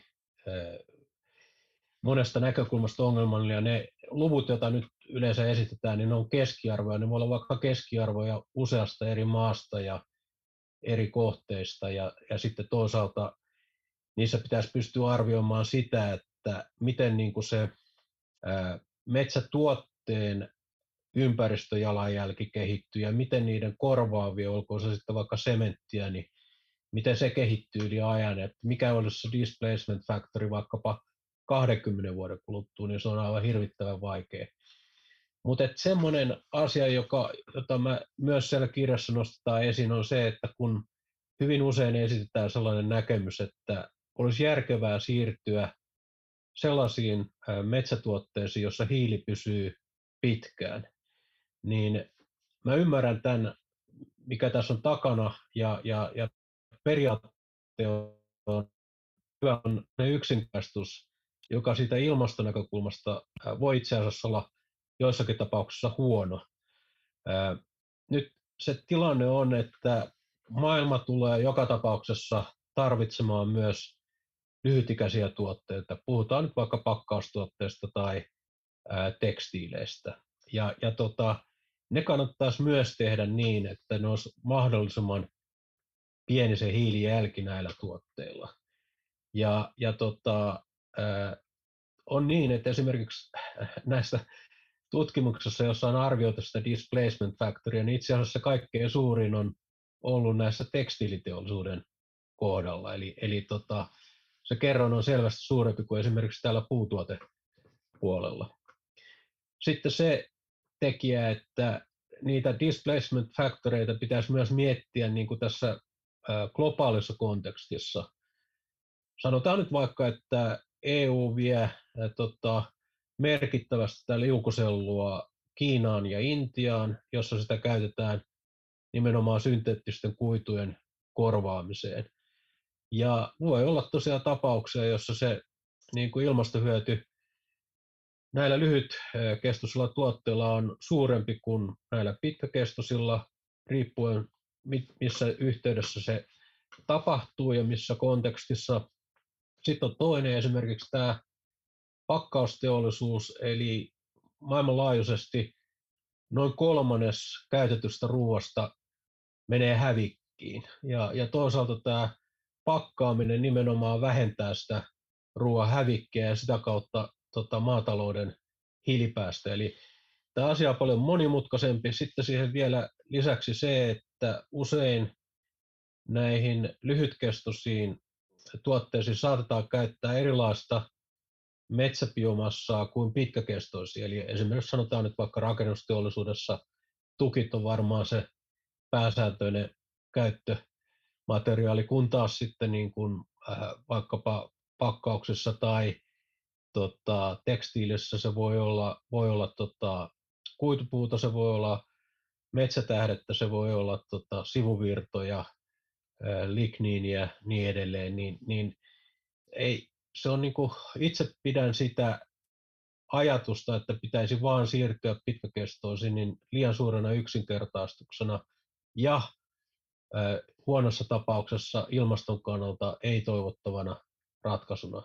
monesta näkökulmasta ongelmallinen, ja ne luvut, joita nyt yleensä esitetään, niin ne on keskiarvoja. Ne voi olla vaikka keskiarvoja useasta eri maasta ja eri kohteista, ja sitten toisaalta niissä pitäisi pystyä arvioimaan sitä, että miten niin kuin se metsätuotteen ympäristöjalanjälki kehittyy ja miten niiden korvaavia, olkoon se sitten vaikka sementtiä, niin miten se kehittyy yli ajan, että mikä olisi se displacement factori vaikkapa 20 vuoden kuluttua, niin se on aivan hirvittävän vaikea. Mutta semmoinen asia, jota mä myös siellä kirjassa nostetaan esiin, on se, että kun hyvin usein esitetään sellainen näkemys, että olisi järkevää siirtyä sellaisiin metsätuotteisiin, jossa hiili pysyy pitkään, niin mä ymmärrän tämän, mikä tässä on takana, ja periaate on hyvä on yksinkertaistus, joka siitä ilmastonäkökulmasta voi itse asiassa olla joissakin tapauksissa huono. Nyt se tilanne on, että maailma tulee joka tapauksessa tarvitsemaan myös lyhytikäisiä tuotteita. Puhutaan nyt vaikka pakkaustuotteista tai tekstiileistä. Ne kannattaisi myös tehdä niin, että ne olisi mahdollisimman pieni se hiilijälki näillä tuotteilla. On niin, että esimerkiksi näissä tutkimuksissa, jossa on arvioitu sitä displacement factoria, niin itse asiassa kaikkein suurin on ollut näissä tekstiiliteollisuuden kohdalla. Eli se kerroin on selvästi suurempi kuin esimerkiksi täällä puutuotepuolella. Sitten se tekijä, että niitä displacement factoreita pitäisi myös miettiä niin kuin tässä globaalissa kontekstissa. Sanotaan nyt vaikka, että EU vie merkittävästi tätä liukosellua Kiinaan ja Intiaan, jossa sitä käytetään nimenomaan synteettisten kuitujen korvaamiseen. Ja voi olla tosiaan tapauksia, jossa se niin kuin ilmastohyöty näillä lyhytkestoisilla tuotteilla on suurempi kuin näillä pitkäkestoisilla, riippuen missä yhteydessä se tapahtuu ja missä kontekstissa. Sitten on toinen esimerkiksi tämä pakkausteollisuus, eli maailmanlaajuisesti noin 1/3 käytetystä ruoasta menee hävikkiin. Ja toisaalta tämä pakkaaminen nimenomaan vähentää sitä ruoan hävikkiä ja sitä kautta maatalouden hiilipäästöjä. Eli tämä asia on paljon monimutkaisempi. Sitten siihen vielä lisäksi se, että usein näihin lyhytkestoisiin tuotteisiin saatetaan käyttää erilaista metsäbiomassaa kuin pitkäkestoisia. Eli esimerkiksi sanotaan nyt vaikka rakennusteollisuudessa tukit on varmaan se pääsääntöinen käyttömateriaali, kun taas sitten niin kuin, vaikkapa pakkauksessa tai tekstiilissä se voi olla kuitupuuta, se voi olla metsätähdettä, se voi olla sivuvirtoja, ligniiniä niin edelleen, niin ei, se on niin kuin, itse pidän sitä ajatusta, että pitäisi vaan siirtyä pitkäkestoisiin niin liian suurena yksinkertaistuksena ja huonossa tapauksessa ilmaston kannalta ei toivottavana ratkaisuna.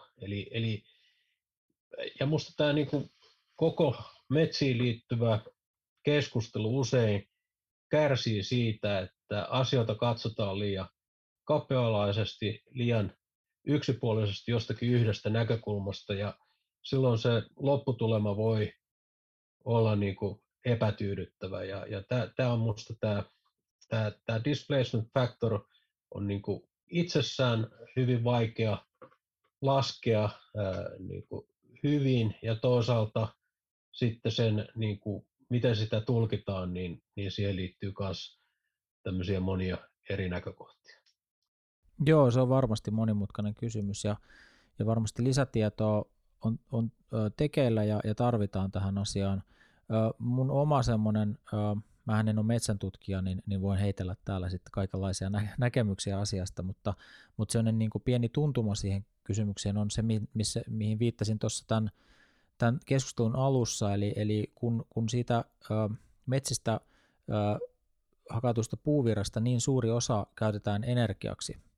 Ja minusta tämä niin kuin koko metsiin liittyvä keskustelu usein kärsii siitä, että asioita katsotaan liian kapea-alaisesti, liian yksipuolisesti jostakin yhdestä näkökulmasta, ja silloin se lopputulema voi olla niin kuin epätyydyttävä. Ja tämä on minusta tämä displacement factor on niin kuin itsessään hyvin vaikea laskea niin kuin hyvin, ja toisaalta sitten sen, niin kuin, miten sitä tulkitaan, niin siihen liittyy myös tämmöisiä monia eri näkökohtia. Joo, se on varmasti monimutkainen kysymys, ja varmasti lisätietoa on tekeillä ja tarvitaan tähän asiaan. Mun oma semmoinen, mähän en ole metsäntutkija, niin voin heitellä täällä sitten kaikenlaisia näkemyksiä asiasta, mutta sellainen niin kuin pieni tuntuma siihen kysymykseen on se, mihin viittasin tuossa tämän keskustelun alussa, eli kun siitä metsistä hakatusta puuvirrasta niin suuri osa käytetään energiaksi,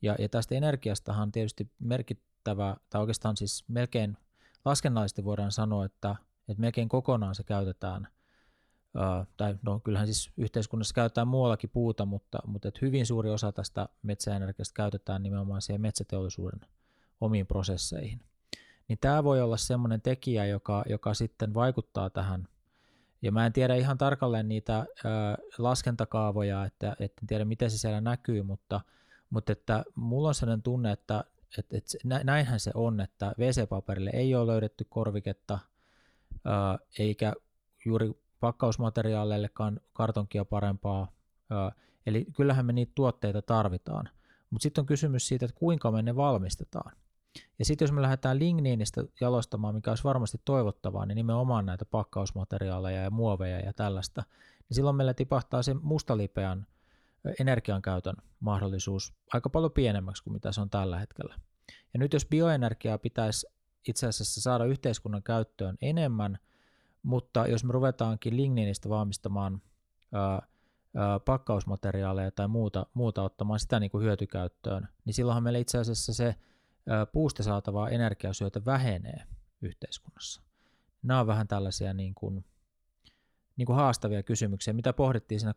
Ja tästä energiastahan tietysti merkittävä, tai oikeastaan siis melkein laskennallisesti voidaan sanoa, että melkein kokonaan se käytetään, tai no kyllähän siis yhteiskunnassa käytetään muuallakin puuta, mutta että hyvin suuri osa tästä metsäenergiasta käytetään nimenomaan siihen metsäteollisuuden omiin prosesseihin. Niin tämä voi olla semmoinen tekijä, joka sitten vaikuttaa tähän. Ja mä en tiedä ihan tarkalleen niitä laskentakaavoja, että en tiedä miten se siellä näkyy, mutta että mulla on sellainen tunne, että näinhän se on, että WC-paperille ei ole löydetty korviketta, eikä juuri pakkausmateriaaleillekaan kartonkia parempaa, eli kyllähän me niitä tuotteita tarvitaan, mutta sitten on kysymys siitä, että kuinka me ne valmistetaan. Ja sitten jos me lähdetään ligniinistä jalostamaan, mikä olisi varmasti toivottavaa, niin nimenomaan näitä pakkausmateriaaleja ja muoveja ja tällaista, niin silloin meillä tipahtaa se mustalipeän energiankäytön mahdollisuus aika paljon pienemmäksi kuin mitä se on tällä hetkellä. Ja nyt jos bioenergiaa pitäisi itse asiassa saada yhteiskunnan käyttöön enemmän, mutta jos me ruvetaankin ligniinistä valmistamaan pakkausmateriaaleja tai muuta ottamaan sitä niin kuin hyötykäyttöön, niin silloinhan meillä itse asiassa se puusta saatavaa energiasyötä vähenee yhteiskunnassa. Nämä on vähän tällaisia niin kuin haastavia kysymyksiä, mitä pohdittiin siinä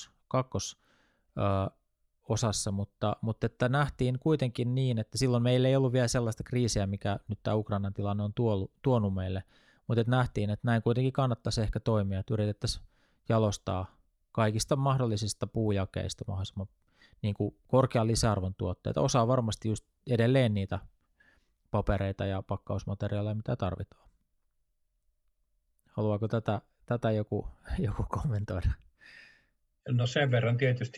kakkososassa, mutta että nähtiin kuitenkin niin, että silloin meillä ei ollut vielä sellaista kriisiä, mikä nyt tämä Ukrainan tilanne on tuonut meille, mutta että nähtiin, että näin kuitenkin kannattaisi ehkä toimia, että yritettäisiin jalostaa kaikista mahdollisista puujakeista mahdollisimman niin kuin korkean lisäarvon tuotteita. Osa varmasti just edelleen niitä papereita ja pakkausmateriaaleja, mitä tarvitaan. Haluaako tätä joku kommentoida? No sen verran tietysti,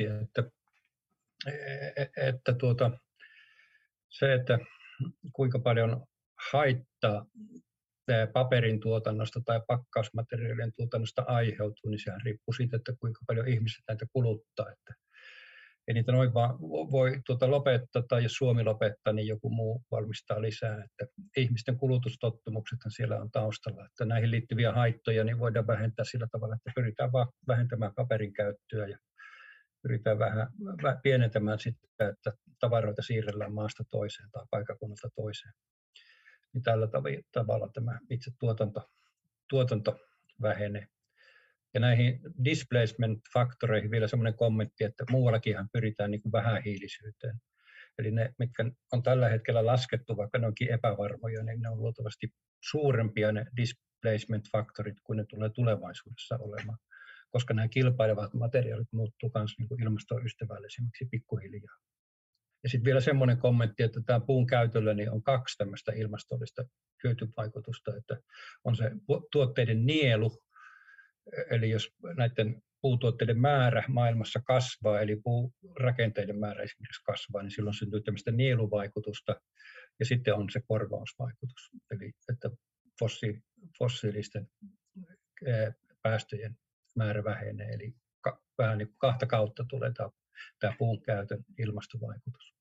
että se, että kuinka paljon haittaa paperin tuotannosta tai pakkausmateriaalien tuotannosta aiheutuu, niin sehän riippuu siitä, että kuinka paljon ihmiset näitä kuluttaa. Että ei niitä noin vaan voi lopettaa, tai jos Suomi lopettaa, niin joku muu valmistaa lisää. Että ihmisten kulutustottumuksethan siellä on taustalla. Että näihin liittyviä haittoja niin voidaan vähentää sillä tavalla, että pyritään vaan vähentämään paperin käyttöä ja pyritään vähän pienentämään sitä, että tavaroita siirrellään maasta toiseen tai paikakunnalta toiseen. Niin tällä tavalla tämä itse tuotanto vähenee. Ja näihin displacement-faktoreihin vielä semmoinen kommentti, että muuallakinhan pyritään niin kuin vähähiilisyyteen. Eli ne, mitkä on tällä hetkellä laskettu, vaikka ne onkin epävarmoja, niin ne on luultavasti suurempia ne displacement-faktorit kuin ne tulee tulevaisuudessa olemaan, koska nämä kilpailevat materiaalit muuttuu myös niin kuin ilmastoystävällisemmiksi pikkuhiljaa. Ja sitten vielä semmoinen kommentti, että tämä puun käytöllä niin on 2 tämmöistä ilmastollista hyötyvaikutusta, että on se tuotteiden nielu, eli jos näiden puutuotteiden määrä maailmassa kasvaa, eli puurakenteiden määrä esimerkiksi kasvaa, niin silloin syntyy tämmöistä nieluvaikutusta, ja sitten on se korvausvaikutus, eli että fossiilisten päästöjen määrä vähenee, eli vähän niin kuin 2 kautta tulee tämä puun käytön ilmastovaikutus.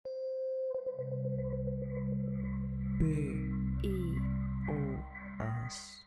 BIOS.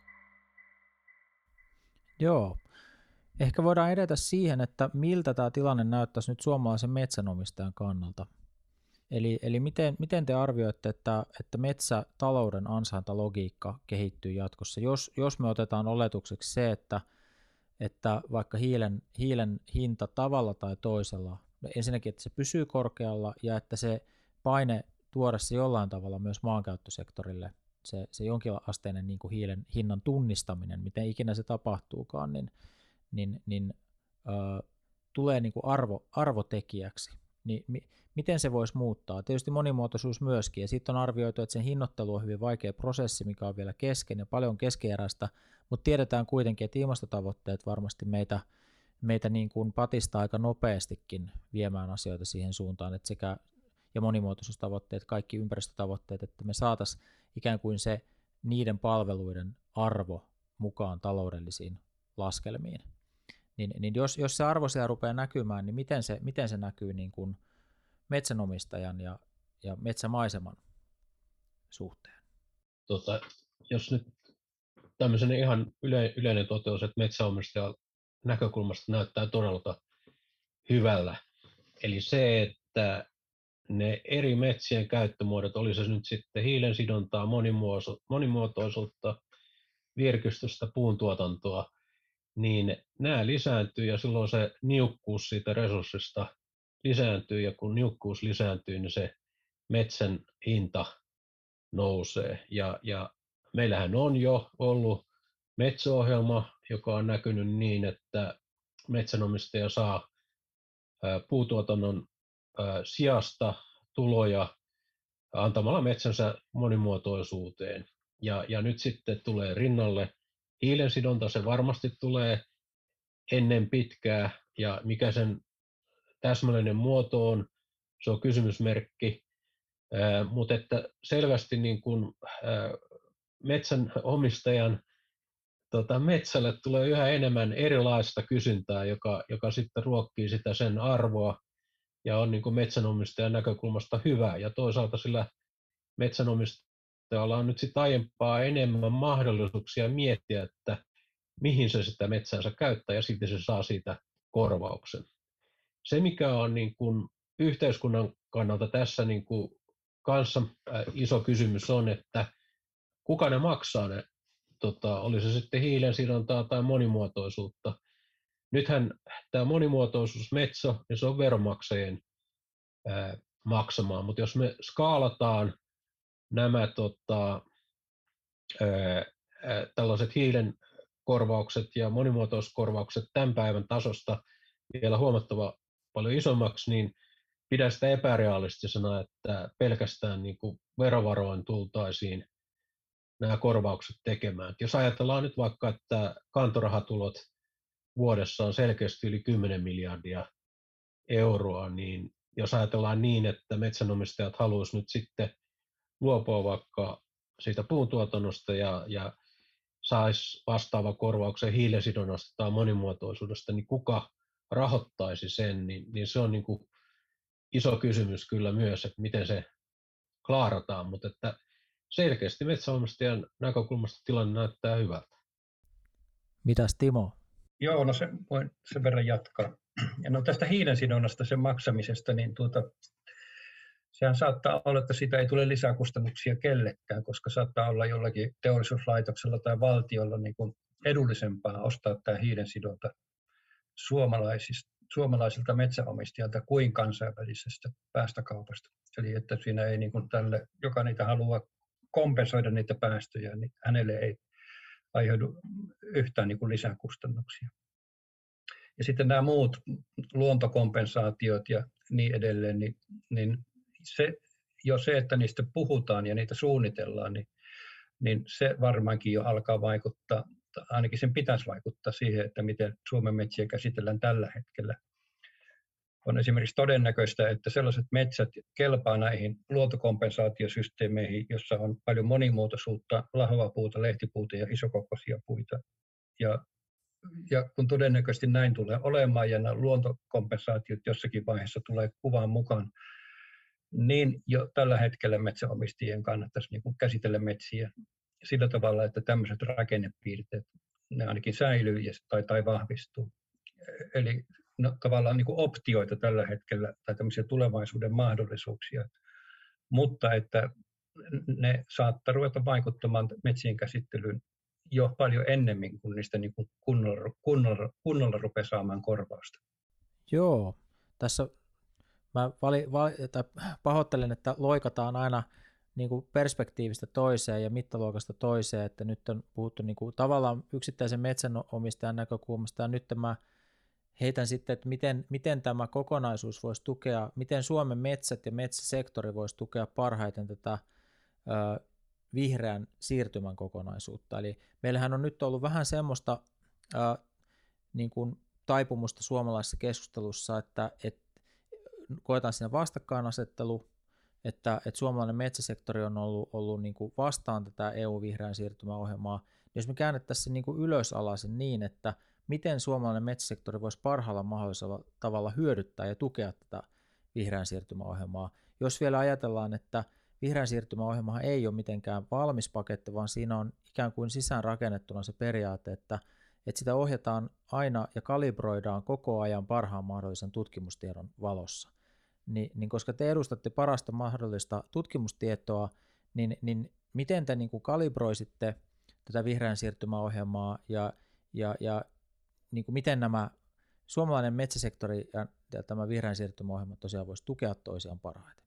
Joo. Ehkä voidaan edetä siihen, että miltä tämä tilanne näyttäisi nyt suomalaisen metsänomistajan kannalta. Eli miten te arvioitte, että metsätalouden ansaintalogiikka kehittyy jatkossa, jos me otetaan oletukseksi se, että vaikka hiilen hinta tavalla tai toisella, ensinnäkin, että se pysyy korkealla ja että se paine tuoda se jollain tavalla myös maankäyttösektorille, se jonkinasteinen niin kuin hiilen hinnan tunnistaminen, miten ikinä se tapahtuukaan, niin tulee niin kuin arvotekijäksi. Niin miten se voisi muuttaa? Tietysti monimuotoisuus myöskin, ja sitten on arvioitu, että sen hinnoittelu on hyvin vaikea prosessi, mikä on vielä kesken ja paljon keskeeräistä, mutta tiedetään kuitenkin, että ilmastotavoitteet varmasti meitä niin kuin patistaa aika nopeastikin viemään asioita siihen suuntaan, että ja monimuotoisuustavoitteet, kaikki ympäristötavoitteet, että me saataisiin ikään kuin se niiden palveluiden arvo mukaan taloudellisiin laskelmiin. Niin jos se arvo siellä rupeaa näkymään, niin miten se näkyy niin kuin metsänomistajan ja metsämaiseman suhteen? Jos nyt tämmöisen ihan yleinen toteus, että metsänomistajan näkökulmasta näyttää todella hyvällä. Eli se, että ne eri metsien käyttömuodot, oli se nyt sitten hiilensidontaa, monimuotoisuutta, virkistystä, puuntuotantoa, niin nämä lisääntyy ja silloin se niukkuus siitä resurssista lisääntyy ja kun niukkuus lisääntyy, niin se metsän hinta nousee. Ja meillähän on jo ollut metsäohjelma, joka on näkynyt niin, että metsänomistaja saa puutuotannon sijasta tuloja antamalla metsänsä monimuotoisuuteen. Ja nyt sitten tulee rinnalle hiilensidonta, se varmasti tulee ennen pitkää, ja mikä sen täsmällinen muoto on, se on kysymysmerkki, mutta että selvästi niin kuin metsänomistajan metsälle tulee yhä enemmän erilaista kysyntää, joka sitten ruokkii sitä sen arvoa ja on niin kuin metsänomistajan näkökulmasta hyvä. Ja toisaalta sillä metsänomistajalla on nyt sitten aiempaa enemmän mahdollisuuksia miettiä, että mihin se sitä metsäänsä käyttää ja sitten se saa siitä korvauksen. Se, mikä on niin kuin yhteiskunnan kannalta tässä niin kuin kanssa iso kysymys on, että kuka ne maksaa ne, oli se sitten hiilensidontaa tai monimuotoisuutta. Nythän tämä monimuotoisuus Metso, niin se on veronmaksajien maksamaan, mutta jos me skaalataan nämä tällaiset hiilen korvaukset ja monimuotoisuuskorvaukset tämän päivän tasosta vielä huomattava paljon isommaksi, niin pidän sitä epärealistisena, että pelkästään niin kuin verovaroin tultaisiin nämä korvaukset tekemään. Et jos ajatellaan nyt vaikka, että kantorahatulot vuodessa on selkeästi yli 10 miljardia euroa, niin jos ajatellaan niin, että metsänomistajat haluaisivat nyt sitten luopua vaikka siitä puuntuotannosta ja saisi vastaavan korvauksen hiilensidonnasta tai monimuotoisuudesta, niin kuka rahoittaisi sen, niin se on niin kuin iso kysymys kyllä myös, että miten se klaarataan, mutta että selkeästi metsänomistajan näkökulmasta tilanne näyttää hyvältä. Mitäs Timo? Joo, no voin sen verran jatkaa. Ja no tästä hiilensidonnasta, sen maksamisesta, niin sehän saattaa olla, että siitä ei tule lisäkustannuksia kellekään, koska saattaa olla jollakin teollisuuslaitoksella tai valtiolla niin kuin edullisempaa ostaa tämä hiilensidonta suomalaisilta metsänomistajalta kuin kansainvälisestä päästökaupasta. Eli että siinä ei niin kuin tälle, joka niitä haluaa kompensoida niitä päästöjä, niin hänelle ei aiheudu yhtään niin kuin lisäkustannuksia. Ja sitten nämä muut luontokompensaatiot ja niin edelleen, niin se, että niistä puhutaan ja niitä suunnitellaan, niin se varmaankin jo alkaa vaikuttaa, ainakin sen pitäisi vaikuttaa siihen, että miten Suomen metsiä käsitellään tällä hetkellä. On esimerkiksi todennäköistä, että sellaiset metsät kelpaa näihin luontokompensaatiosysteemeihin, jossa on paljon monimuotoisuutta, lahoapuuta, lehtipuuta ja isokokoisia puita. Ja kun todennäköisesti näin tulee olemaan ja nämä luontokompensaatiot jossakin vaiheessa tulee kuvaan mukaan, niin jo tällä hetkellä metsäomistajien kannattaisi niin kuin käsitellä metsiä sillä tavalla, että tämmöiset rakennepiirteet, ne ainakin säilyy tai vahvistuu. Eli no, tavallaan niin kuin optioita tällä hetkellä tai tämmöisiä tulevaisuuden mahdollisuuksia, mutta että ne saattaa ruveta vaikuttamaan metsien käsittelyyn jo paljon ennemmin kuin niistä niin kuin kunnolla rupeaa saamaan korvausta. Joo, tässä mä pahoittelen, että loikataan aina niin kuin perspektiivistä toiseen ja mittaluokasta toiseen, että nyt on puhuttu niin kuin tavallaan yksittäisen metsänomistajan näkökulmasta, ja nyt mä heitän sitten, että miten tämä kokonaisuus voisi tukea, miten Suomen metsät ja metsäsektori voisi tukea parhaiten tätä vihreän siirtymän kokonaisuutta. Eli meillähän on nyt ollut vähän semmoista niin kuin taipumusta suomalaisessa keskustelussa, että koetaan siinä vastakkainasettelu, että suomalainen metsäsektori on ollut niin kuin vastaan tätä EU-vihreän siirtymäohjelmaa. Jos me käännettäisiin niin kuin ylösalaisin niin, että miten suomalainen metsäsektori voisi parhaalla mahdollisella tavalla hyödyttää ja tukea tätä vihreän siirtymäohjelmaa. Jos vielä ajatellaan, että vihreän siirtymäohjelma ei ole mitenkään valmis paketti, vaan siinä on ikään kuin sisään rakennettuna se periaate, että sitä ohjataan aina ja kalibroidaan koko ajan parhaan mahdollisen tutkimustiedon valossa. niin koska te edustatte parasta mahdollista tutkimustietoa, niin miten te niin kuin kalibroisitte tätä vihreän siirtymäohjelmaa ja niin kuin miten nämä suomalainen metsäsektori ja tämä vihreän siirtymäohjelma tosiaan voisi tukea toisiaan parhaiten?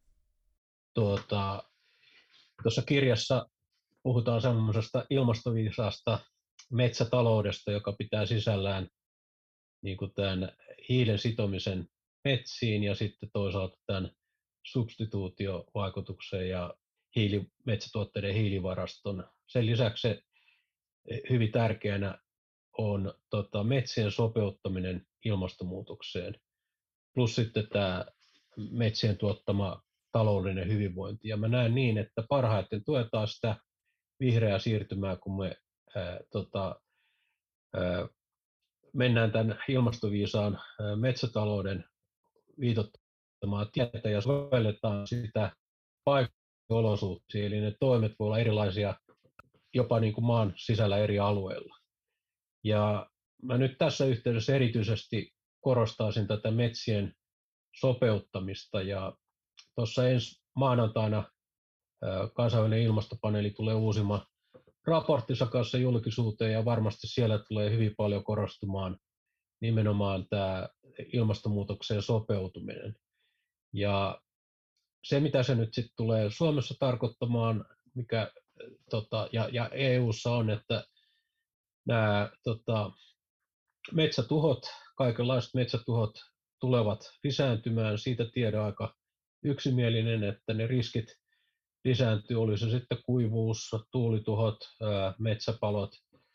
Tuossa kirjassa puhutaan semmoisesta ilmastoviisaasta metsätaloudesta, joka pitää sisällään niin kuin tämän hiilen sitomisen metsiin ja sitten toisaalta tämän substituutiovaikutuksen ja metsätuotteiden hiilivaraston. Sen lisäksi se hyvin tärkeänä on metsien sopeuttaminen ilmastonmuutokseen, plus sitten tämä metsien tuottama taloudellinen hyvinvointi. Ja mä näen niin, että parhaiten tuetaan sitä vihreää siirtymää, kun me mennään tämän ilmastoviisaan metsätalouden viitoittamaa tietä ja sovelletaan sitä paikka-olosuhteisiin, eli ne toimet voi olla erilaisia jopa niin kuin maan sisällä eri alueilla. Ja mä nyt tässä yhteydessä erityisesti korostaisin tätä metsien sopeuttamista, ja tuossa ensi maanantaina kansainvälinen ilmastopaneeli tulee uusimaan raporttinsa kanssa julkisuuteen, ja varmasti siellä tulee hyvin paljon korostumaan nimenomaan tämä ilmastonmuutokseen sopeutuminen. Ja se, mitä se nyt sitten tulee Suomessa tarkoittamaan, ja EU:ssa on, että nämä metsätuhot, kaikenlaiset metsätuhot tulevat lisääntymään. Siitä tiedän aika yksimielinen, että ne riskit lisääntyy, oli se sitten kuivuus, tuulituhot, metsäpalot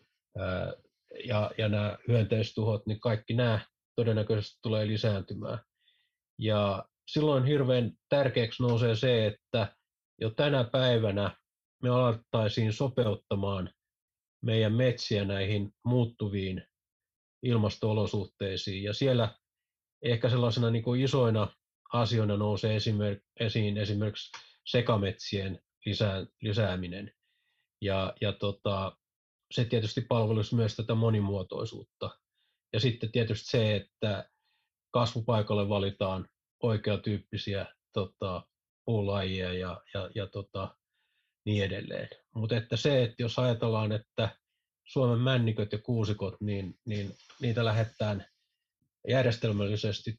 ja nämä hyönteistuhot, niin kaikki nämä todennäköisesti tulee lisääntymään. Ja silloin hirveän tärkeäksi nousee se, että jo tänä päivänä me alettaisiin sopeuttamaan meidän metsiä näihin muuttuviin ilmasto-olosuhteisiin. Ja siellä ehkä sellaisena niin kuin isoina asioina nousee esiin esimerkiksi sekametsien lisääminen. Ja se tietysti palvelisi myös tätä monimuotoisuutta. Ja sitten tietysti se, että kasvupaikalle valitaan oikeatyyppisiä puulajia ja niin edelleen. Mutta että jos ajatellaan, että Suomen männiköt ja kuusikot, niin niitä lähdetään järjestelmällisesti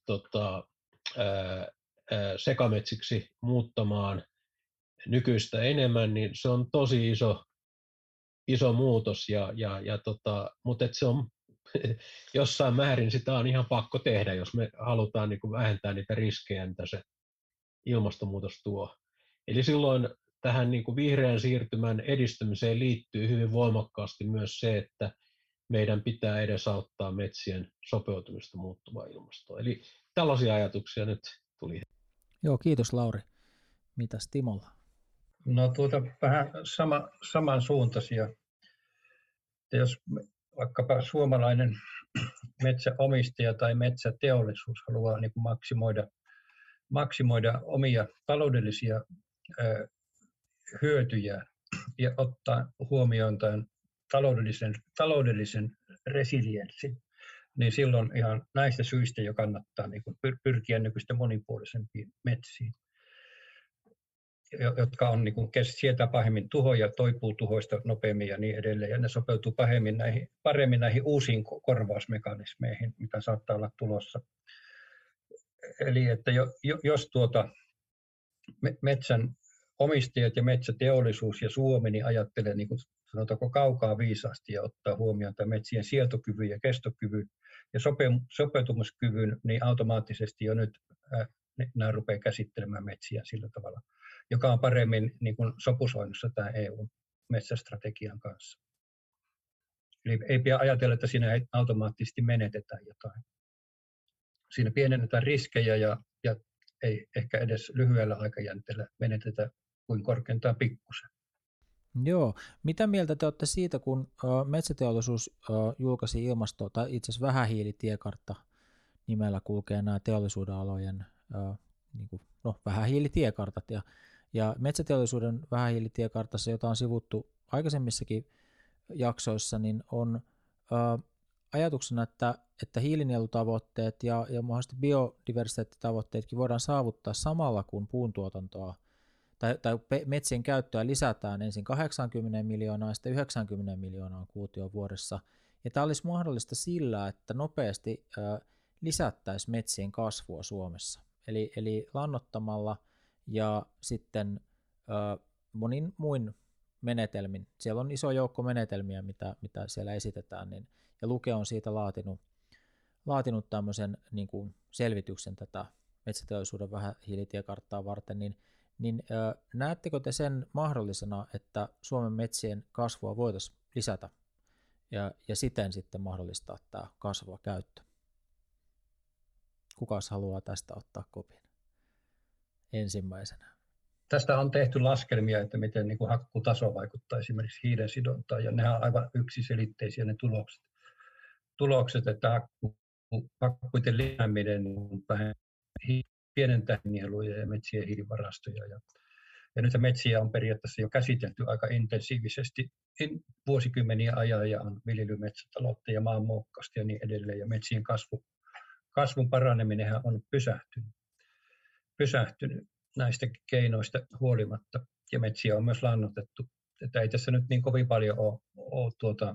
sekametsiksi muuttamaan nykyistä enemmän, niin se on tosi iso muutos, mutta se on jossain määrin sitä on ihan pakko tehdä, jos me halutaan niin kuin vähentää niitä riskejä, mitä se ilmastonmuutos tuo. Eli silloin tähän niin kuin vihreän siirtymän edistämiseen liittyy hyvin voimakkaasti myös se, että meidän pitää edesauttaa metsien sopeutumista muuttuvaan ilmastoon. Eli tällaisia ajatuksia nyt tuli. Joo, kiitos Lauri. Mitäs Timolla? No vähän samansuuntaisia. Jos vaikkapa suomalainen metsäomistaja tai metsäteollisuus haluaa niin kuin maksimoida omia taloudellisia hyötyjä ja ottaa huomioon tämän taloudellisen resilienssin, niin silloin ihan näistä syistä jo kannattaa niin kuin pyrkiä nykyistä monipuolisempiin metsiin, jotka on, niin kuin sietää pahemmin tuhoja, toipuu tuhoista nopeammin ja niin edelleen, ja ne sopeutuu paremmin näihin uusiin korvausmekanismeihin, mitä saattaa olla tulossa. Eli että jos metsän omistajat ja metsäteollisuus ja Suomi niin ajattelee niin kuin sanotaanko kaukaa viisaasti ja ottaa huomioon tämän metsien sietokyvyn ja kestokyvyn ja sopeutumuskyvyn, niin automaattisesti jo nyt nämä rupeaa käsittelemään metsiä sillä tavalla, joka on paremmin niin kuin sopusoinnussa tämän EU-metsästrategian kanssa. Eli ei pidä ajatella, että siinä automaattisesti menetetään jotain. Siinä pienennetään riskejä ja ei ehkä edes lyhyellä aikajänteellä menetetä kuin korkeintaan pikkusen. Joo. Mitä mieltä te olette siitä, kun metsäteollisuus julkaisi tai itse asiassa vähähiilitiekartta nimellä kulkee nämä teollisuuden alojen vähähiilitiekartat. Ja metsäteollisuuden vähähiilitiekartassa, jota on sivuttu aikaisemmissakin jaksoissa, niin on ajatuksena, että hiilinielutavoitteet ja mahdollisesti biodiversiteettitavoitteetkin voidaan saavuttaa samalla, kun puuntuotantoa tai metsien käyttöä lisätään ensin 80 miljoonaa ja sitten 90 miljoonaa kuutioon vuodessa. Ja tämä olisi mahdollista sillä, että nopeasti lisättäisiin metsien kasvua Suomessa. Eli lannoittamalla ja sitten monin muin menetelmin. Siellä on iso joukko menetelmiä, mitä siellä esitetään, ja Luke on siitä laatinut tämmöisen niin kuin selvityksen tätä metsäteollisuuden vähähiilitiekarttaa varten, niin näettekö te sen mahdollisena, että Suomen metsien kasvua voitaisiin lisätä ja siten sitten mahdollistaa tämä kasvava käyttö? Kukas haluaa tästä ottaa kopin ensimmäisenä? Tästä on tehty laskelmia, että miten niin kuin hakkutaso vaikuttaa esimerkiksi hiilen sidontaan, ja nehän on aivan yksiselitteisiä ne tulokset, että hakkuiden lisääminen pienentää nieluja ja metsien hiilivarastoja. Ja nyt metsiä on periaatteessa jo käsitelty aika intensiivisesti vuosikymmenien ajan, ja on viljelymetsätaloutta ja maanmuokkausta ja niin edelleen, ja metsien kasvun paraneminenhan on pysähtynyt näistä keinoista huolimatta, ja metsiä on myös lannoitettu. Että ei tässä nyt niin kovin paljon ole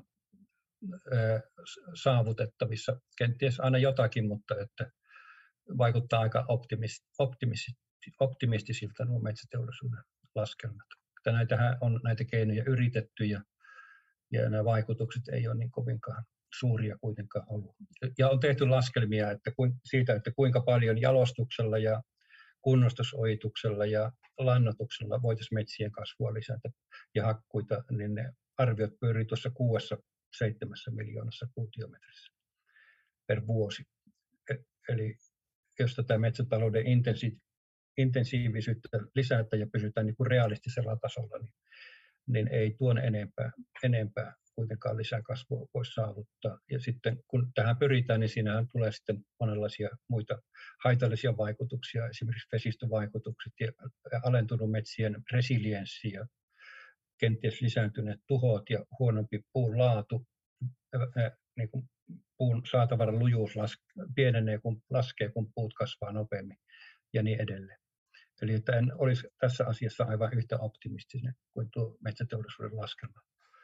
saavutettavissa. Kenties aina jotakin, mutta että vaikuttaa aika optimistisilta nuo metsäteollisuuden laskelmat. Näitä keinoja yritetty, ja nämä vaikutukset ei ole niin kovinkaan suuria kuitenkaan ollut. Ja on tehty laskelmia siitä, että kuinka paljon jalostuksella ja kunnostusojituksella ja lannoituksella voitaisiin metsien kasvua lisätä ja hakkuita, niin ne arviot pyörii tuossa 6-7 miljoonassa kuutiometrissä per vuosi. Eli jos tätä metsätalouden intensiivisyyttä lisätä ja pysytään niin kuin realistisella tasolla, niin ei tuon enempää kuitenkaan lisäkasvua voi saavuttaa. Ja sitten kun tähän pyritään, niin siinähän tulee sitten monenlaisia muita haitallisia vaikutuksia, esimerkiksi vesistövaikutukset ja alentunut metsien resilienssi ja kenties lisääntyneet tuhot ja huonompi puun laatu, niin kuin puun saatavaran lujuus pienenee, kun laskee, kun puut kasvaa nopeammin ja niin edelleen. Eli että en olisi tässä asiassa aivan yhtä optimistinen kuin tuo metsäteollisuuden laskelma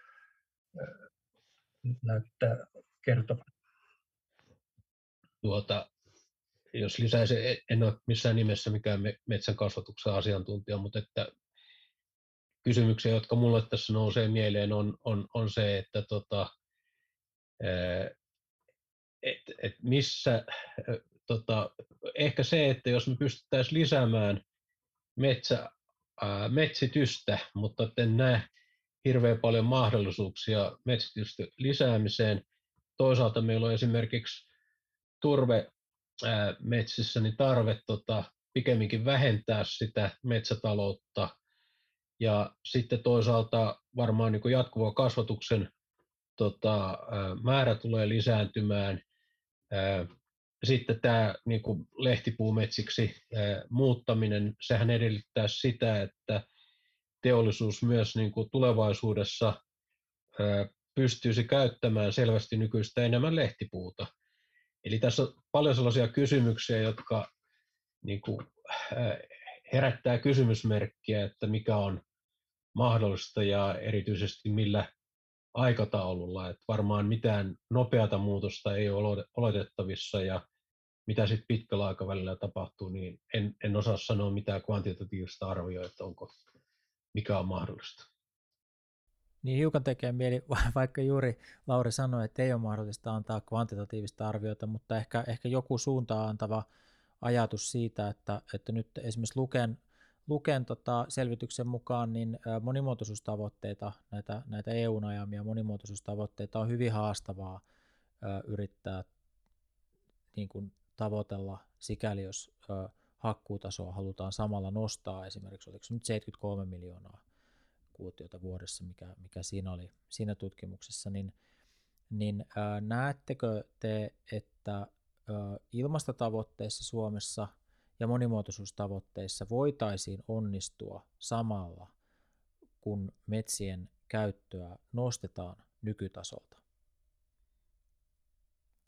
näyttää kertovan. Jos lisäisin, en ole missään nimessä mikään metsän kasvatuksen asiantuntija, mutta että kysymyksiä, jotka minulle tässä nousee mieleen, on se, että missä ehkä se, että jos me pystyttäisiin lisäämään metsitystä, mutta en näe hirveän paljon mahdollisuuksia metsitystä lisäämiseen. Toisaalta meillä on esimerkiksi turvemetsissä niin tarve pikemminkin vähentää sitä metsätaloutta, ja sitten toisaalta varmaan niin kuin jatkuvan kasvatuksen määrä tulee lisääntymään. Sitten tämä niin kuin lehtipuumetsiksi muuttaminen, sehän edellyttää sitä, että teollisuus myös niin kuin tulevaisuudessa pystyisi käyttämään selvästi nykyistä enemmän lehtipuuta. Eli tässä on paljon sellaisia kysymyksiä, jotka niin kuin herättää kysymysmerkkiä, että mikä on mahdollista ja erityisesti millä aikataululla. Että varmaan mitään nopeata muutosta ei ole oletettavissa, ja mitä sitten pitkällä aikavälillä tapahtuu, niin en osaa sanoa mitään kvantitatiivista arvioa, että mikä on mahdollista. Niin hiukan tekee mieli, vaikka juuri Lauri sanoi, että ei ole mahdollista antaa kvantitatiivista arviota, mutta ehkä joku suuntaan antava ajatus siitä, että nyt esimerkiksi Luken selvityksen mukaan niin monimuotoisuustavoitteita, näitä EUn ajamia monimuotoisuustavoitteita on hyvin haastavaa yrittää niin kuin tavoitella, sikäli jos hakkuutasoa halutaan samalla nostaa, esimerkiksi oliko se nyt 73 miljoonaa kuutiota vuodessa, mikä siinä oli siinä tutkimuksessa, niin näettekö te, että ilmastotavoitteissa Suomessa ja monimuotoisuustavoitteissa voitaisiin onnistua samalla, kun metsien käyttöä nostetaan nykytasolta?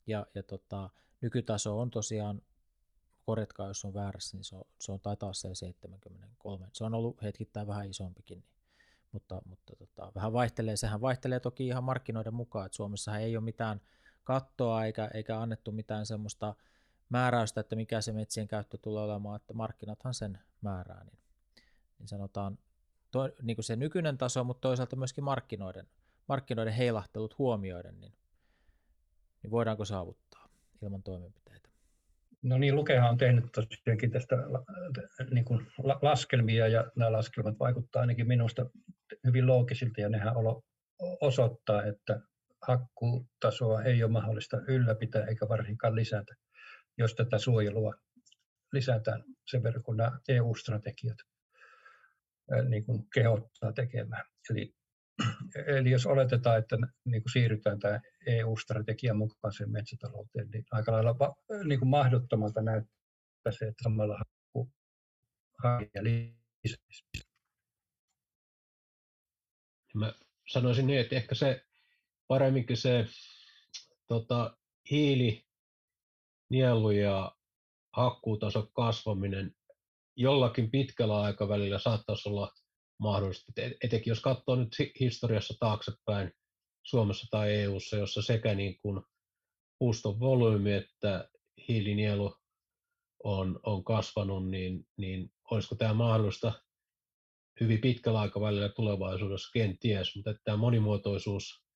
ja nykytaso on tosiaan, korjatkaa jos on väärässä, niin se on taitaa se 73. Se on ollut hetkittäin vähän isompikin, niin, mutta vähän vaihtelee. Sehän vaihtelee toki ihan markkinoiden mukaan, että Suomessahan ei ole mitään kattoa eikä annettu mitään semmoista määräystä, että mikä se metsien käyttö tulee olemaan, että markkinathan sen määrää, niin sanotaan niin kuin se nykyinen taso, mutta toisaalta myöskin markkinoiden heilahtelut huomioiden, niin voidaanko saavuttaa ilman toimenpiteitä? No niin, Lukehan on tehnyt tosiaankin tästä niin kuin laskelmia, ja nämä laskelmat vaikuttaa ainakin minusta hyvin loogisilta, ja nehän osoittaa, että hakkuutasoa ei ole mahdollista ylläpitää eikä varsinkaan lisätä, jos tätä suojelua lisätään sen verran, kun nämä EU-strategiat niin kuin kehottaa tekemään. Eli jos oletetaan, että niin kuin siirrytään tämän EU-strategian mukaiseen metsätalouteen, niin aika lailla niin kuin mahdottomalta näyttää se, että samalla hakkuja lisäisi. Mä sanoisin niin, että ehkä se paremminkin se hiilinielu ja hakkuutason kasvaminen jollakin pitkällä aikavälillä saattaisi olla mahdollista. Etenkin jos katsoo nyt historiassa taaksepäin Suomessa tai EU:ssa, jossa sekä niin kuin puuston volyymi että hiilinielu on kasvanut, niin olisiko tämä mahdollista hyvin pitkällä aikavälillä tulevaisuudessa, kenties, mutta tämä monimuotoisuus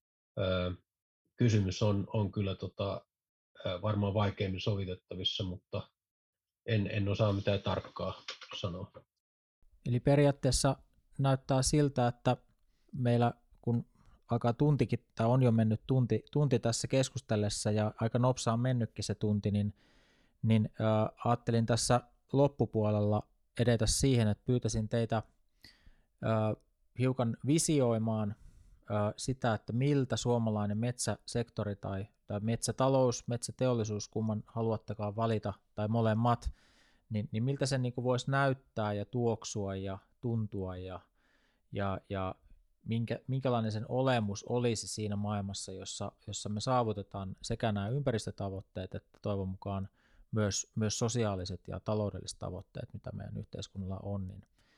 kysymys on kyllä varmaan vaikeimmin sovitettavissa, mutta en osaa mitään tarkkaa sanoa. Eli periaatteessa näyttää siltä, että meillä kun alkaa tuntikin, tai on jo mennyt tunti tässä keskustellessa ja aika nopsaan mennytkin se tunti, niin ajattelin tässä loppupuolella edetä siihen, että pyytäisin teitä hiukan visioimaan sitä, että miltä suomalainen metsäsektori tai metsätalous, metsäteollisuus, kumman haluattekaan valita, tai molemmat, niin miltä se niin kuin voisi näyttää ja tuoksua ja tuntua ja minkälainen sen olemus olisi siinä maailmassa, jossa me saavutetaan sekä nämä ympäristötavoitteet että toivon mukaan myös sosiaaliset ja taloudelliset tavoitteet, mitä meidän yhteiskunnalla on.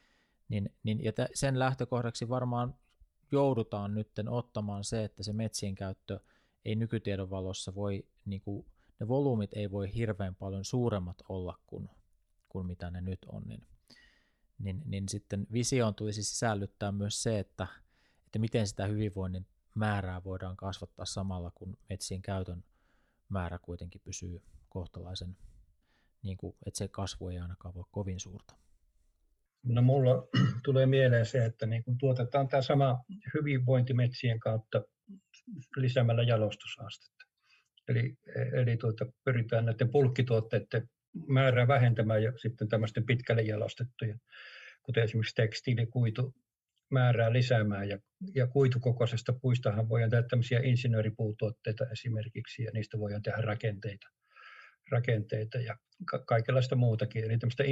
Ja sen lähtökohdaksi varmaan joudutaan nyt ottamaan se, että se metsien käyttö ei nykytiedon valossa voi, niin kuin, ne volyymit ei voi hirveän paljon suuremmat olla kuin mitä ne nyt on, niin sitten visioon tulisi sisällyttää myös se, että miten sitä hyvinvoinnin määrää voidaan kasvattaa samalla, kun metsien käytön määrä kuitenkin pysyy kohtalaisen, niin kuin, että se kasvu ei ainakaan voi kovin suurta. No mulla tulee mieleen se, että niin kun tuotetaan tämä sama hyvinvointi metsien kautta lisäämällä jalostusastetta. Eli pyritään näiden bulkkituotteiden määrää vähentämään ja sitten tämmöisten pitkälle jalostettujen, kuten esimerkiksi tekstiili, kuitu, määrää lisäämään. Ja kuitukokoisesta puistahan voidaan tehdä tämmöisiä insinööripuutuotteita esimerkiksi, ja niistä voidaan tehdä rakenteita ja kaikenlaista muutakin. Eli tämmöistä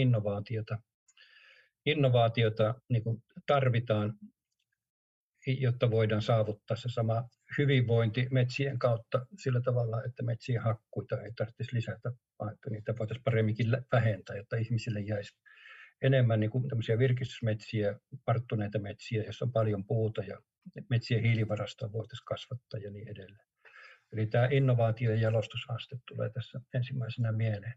innovaatiota niin kuin tarvitaan, jotta voidaan saavuttaa se sama hyvinvointi metsien kautta sillä tavalla, että metsien hakkuita ei tarvitsisi lisätä, vaan että niitä voitaisiin paremminkin vähentää, jotta ihmisille jäisi enemmän niin kuin tämmöisiä virkistysmetsiä, parttuneita metsiä, joissa on paljon puuta, ja metsien hiilivarastoa voitaisiin kasvattaa ja niin edelleen. Eli tämä innovaatio- ja jalostusaste tulee tässä ensimmäisenä mieleen.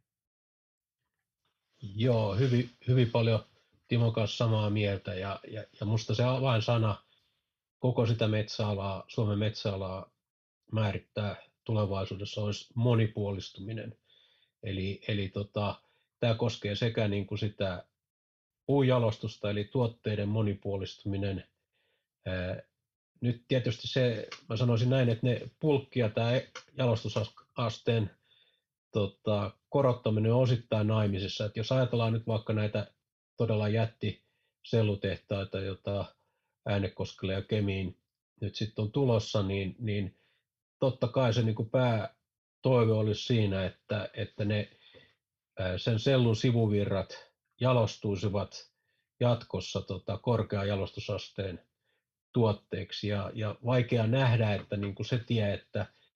Joo, hyvin paljon Timon kanssa samaa mieltä, ja musta se avainsana koko sitä metsäalaa, Suomen metsäalaa määrittää tulevaisuudessa olisi monipuolistuminen. Eli tämä koskee sekä niin kuin sitä puunjalostusta, eli tuotteiden monipuolistuminen. Nyt tietysti mä sanoisin näin, että ne bulkki ja tämä jalostusasteen korottaminen on osittain naimisissa. Että jos ajatellaan nyt vaikka näitä todella jättisellutehtaita, joita Äänekoskelle ja Kemiin nyt sitten on tulossa, niin totta kai se niin kuin päätoive olisi siinä, että ne sen sellun sivuvirrat jalostuisivat jatkossa korkean jalostusasteen tuotteeksi. Ja vaikea nähdä, että niin kuin se tie, että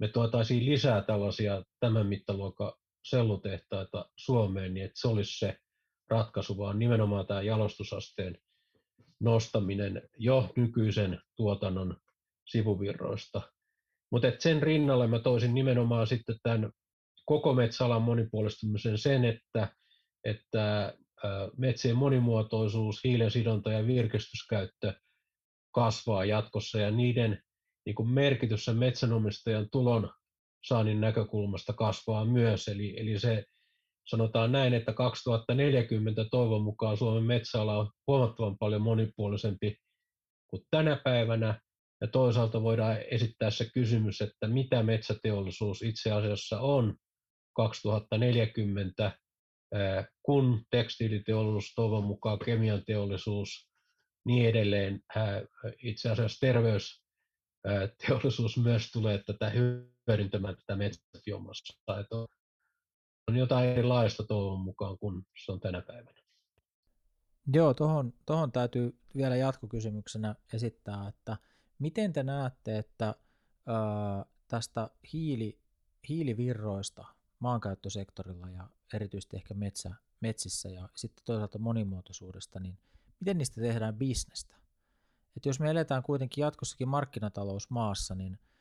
me tuotaisiin lisää tällaisia tämän mittaluokan sellutehtaita Suomeen, niin että se olisi se ratkaisu, vaan nimenomaan tämä jalostusasteen nostaminen jo nykyisen tuotannon sivuvirroista. Mutta sen rinnalle mä toisin nimenomaan sitten tämän koko metsäalan monipuolistumisen sen, että metsien monimuotoisuus, hiilensidonta ja virkistyskäyttö kasvaa jatkossa ja niiden niin kuin merkitys sen metsänomistajan tulon saannin näkökulmasta kasvaa myös. Eli se sanotaan näin, että 2040 toivon mukaan Suomen metsäala on huomattavan paljon monipuolisempi kuin tänä päivänä. Ja toisaalta voidaan esittää se kysymys, että mitä metsäteollisuus itse asiassa on 2040, kun tekstiiliteollisuus, toivon mukaan kemian teollisuus, niin edelleen, itse asiassa terveysteollisuus myös tulee tätä hyödyntämään tätä metsäbiomassaa. On jotain erilaista toivon mukaan kuin se on tänä päivänä. Joo, tuohon täytyy vielä jatkokysymyksenä esittää, että miten te näette, että tästä hiilivirroista maankäyttösektorilla ja erityisesti ehkä metsissä ja sitten toisaalta monimuotoisuudesta, niin miten niistä tehdään bisnestä? Et jos me eletään kuitenkin jatkossakin markkinatalousmaassa,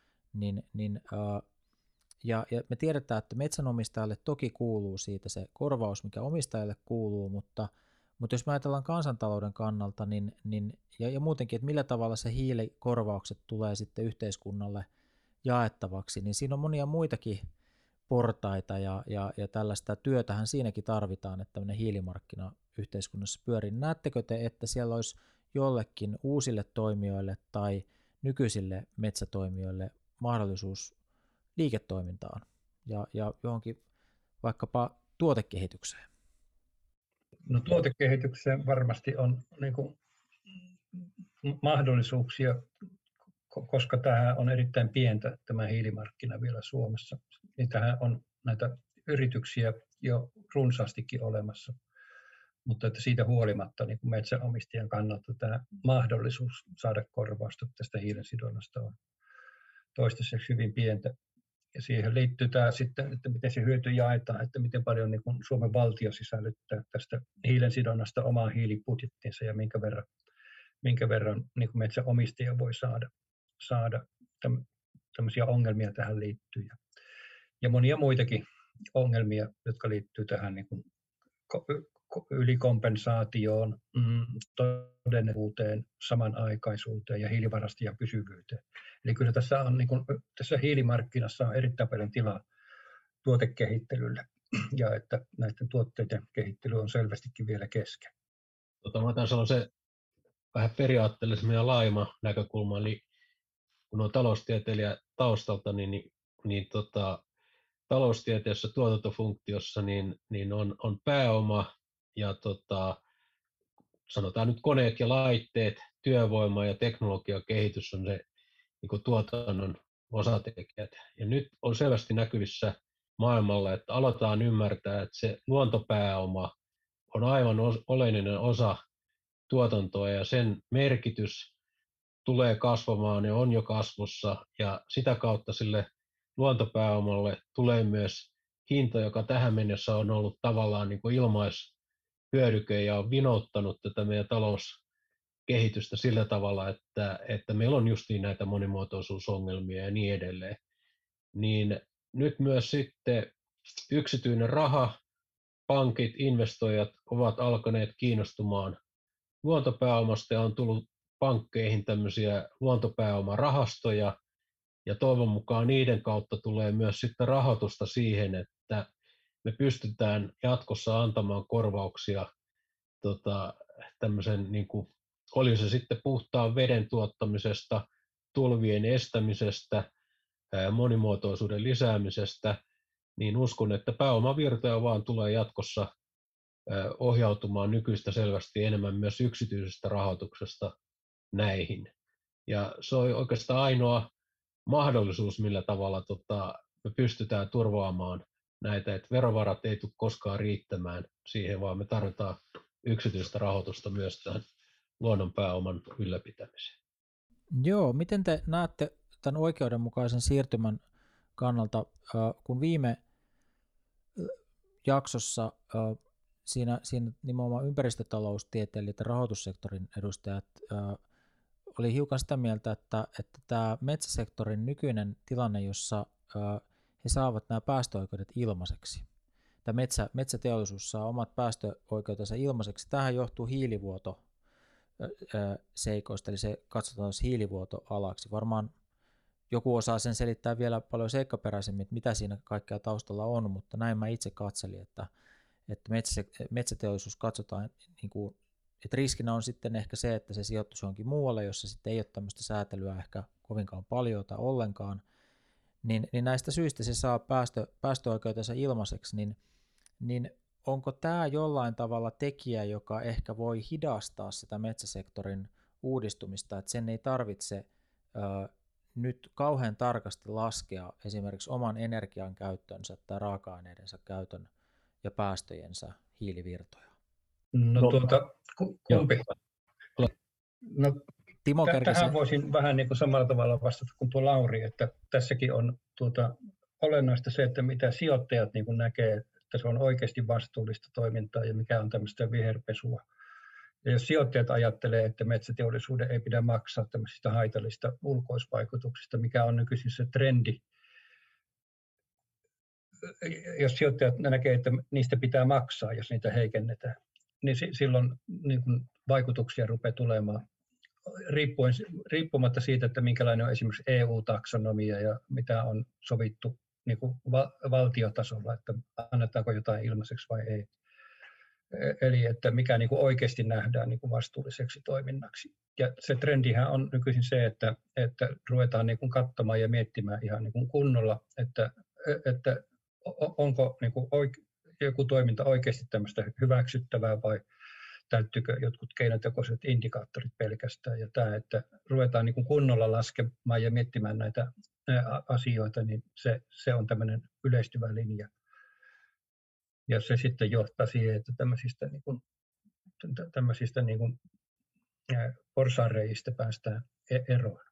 ja me tiedetään, että metsänomistajalle toki kuuluu siitä se korvaus, mikä omistajalle kuuluu, mutta jos me ajatellaan kansantalouden kannalta, ja muutenkin, että millä tavalla se hiilikorvaukset tulee sitten yhteiskunnalle jaettavaksi, niin siinä on monia muitakin portaita ja tällaista työtähän siinäkin tarvitaan, että tämmöinen hiilimarkkina yhteiskunnassa pyörii. Näettekö te, että siellä olisi jollekin uusille toimijoille tai nykyisille metsätoimijoille mahdollisuus liiketoimintaan ja johonkin vaikkapa tuotekehitykseen? No tuotekehitykseen varmasti on niin kuin mahdollisuuksia, koska tämä on erittäin pientä, tämä hiilimarkkina vielä Suomessa. Niin tähän on näitä yrityksiä jo runsaastikin olemassa, mutta että siitä huolimatta niin kuin metsänomistajan kannalta tämä mahdollisuus saada korvausta tästä hiilensidonnasta on toistaiseksi hyvin pientä. Ja siihen liittyy tämä sitten, että miten se hyöty jaetaan, että miten paljon niin kuin Suomen valtio sisällyttää tästä hiilensidonnasta omaa hiilibudjettinsa ja minkä verran niin kuin metsänomistaja voi saada tämmöisiä ongelmia tähän liittyy. Ja monia muitakin ongelmia, jotka liittyy tähän niin kuin ylikompensaatioon, todennevuuteen, samanaikaisuuteen ja hiilivarastojen pysyvyyteen. Eli kyllä tässä on niin kuin, tässä hiilimarkkinassa on erittäin paljon tilaa tuotekehittelylle ja että näiden tuotteiden kehittely on selvästikin vielä kesken. Mä otan sellaisen vähän periaatteellisen ja laajemman näkökulma, eli kun on taloustieteilijä taustalta, niin taloustieteessä tuotantofunktiossa niin on pääoma ja sanotaan nyt koneet ja laitteet, työvoima ja teknologiakehitys on se niin kuin tuotannon osatekijät. Ja nyt on selvästi näkyvissä maailmalla, että aletaan ymmärtää, että se luontopääoma on aivan oleellinen osa tuotantoa ja sen merkitys tulee kasvamaan ja on jo kasvussa ja sitä kautta sille luontopääomalle tulee myös hinta, joka tähän mennessä on ollut tavallaan niin kuin ilmaishyödyke ja on vinouttanut tätä meidän talouskehitystä sillä tavalla, että meillä on justiin näitä monimuotoisuusongelmia ja niin edelleen. Niin nyt myös sitten yksityinen raha, pankit, investoijat ovat alkaneet kiinnostumaan luontopääomasta ja on tullut pankkeihin tämmöisiä luontopääomarahastoja, ja toivon mukaan niiden kautta tulee myös sitten rahoitusta siihen, että me pystytään jatkossa antamaan korvauksia tämmöisen, niin kuin, oli se sitten puhtaan veden tuottamisesta, tulvien estämisestä, monimuotoisuuden lisäämisestä, niin uskon, että pääomavirtoja vaan tulee jatkossa ohjautumaan nykyistä selvästi enemmän myös yksityisestä rahoituksesta näihin. Ja se on oikeastaan ainoa mahdollisuus, millä tavalla me pystytään turvaamaan näitä, että verovarat ei tule koskaan riittämään siihen, vaan me tarvitaan yksityistä rahoitusta myös tähän luonnon pääoman ylläpitämiseen. Joo, miten te näette tämän oikeudenmukaisen siirtymän kannalta, kun viime jaksossa siinä nimenomaan ympäristötaloustieteilijät ja rahoitussektorin edustajat oli hiukan sitä mieltä, että tämä metsäsektorin nykyinen tilanne, jossa he saavat nämä päästöoikeudet ilmaiseksi, tämä metsäteollisuus saa omat päästöoikeutensa ilmaiseksi, tähän johtuu hiilivuotoseikoista, eli se katsotaan hiilivuotoalaksi. Varmaan joku osaa sen selittää vielä paljon seikkaperäisemmin, että mitä siinä kaikkea taustalla on, mutta näin mä itse katselin, että metsäteollisuus katsotaan, niin kuin, että riskinä on sitten ehkä se, että se sijoittuisi johonkin muualle, jossa sitten ei ole tämmöistä säätelyä ehkä kovinkaan paljon tai ollenkaan, niin näistä syistä se saa päästöoikeutensa ilmaiseksi, niin onko tämä jollain tavalla tekijä, joka ehkä voi hidastaa sitä metsäsektorin uudistumista, että sen ei tarvitse nyt kauhean tarkasti laskea esimerkiksi oman energian käyttönsä tai raaka-aineidensa käytön ja päästöjensä hiilivirtoja? Kumpi? No, Timo tähän voisin vähän niin kuin samalla tavalla vastata kuin tuo Lauri, että tässäkin on olennaista se, että mitä sijoittajat niin kuin näkee, että se on oikeasti vastuullista toimintaa ja mikä on tämmöistä viherpesua. Ja jos sijoittajat ajattelee, että metsäteollisuuden ei pidä maksaa tämmöisistä haitallista ulkoisvaikutuksista, mikä on nykyisin se trendi, jos sijoittajat näkee, että niistä pitää maksaa, jos niitä heikennetään, niin silloin niin kuin vaikutuksia rupeaa tulemaan, riippumatta siitä, että minkälainen on esimerkiksi EU-taksonomia ja mitä on sovittu niin kuin valtiotasolla, että annetaanko jotain ilmaiseksi vai ei. Eli että mikä niin kuin oikeasti nähdään niin kuin vastuulliseksi toiminnaksi. Ja se trendihän on nykyisin se, että ruvetaan niin kuin katsomaan ja miettimään ihan niin kuin kunnolla, että onko niin kuin joku toiminta oikeasti tämmöistä hyväksyttävää vai täyttyykö jotkut keinotekoiset indikaattorit pelkästään. Ja tämä, että ruvetaan niin kuin kunnolla laskemaan ja miettimään näitä asioita, niin se on tämmöinen yleistyvä linja. Ja se sitten johtaa siihen, että tämmöisistä niin kuin porsaanreiistä päästään eroon.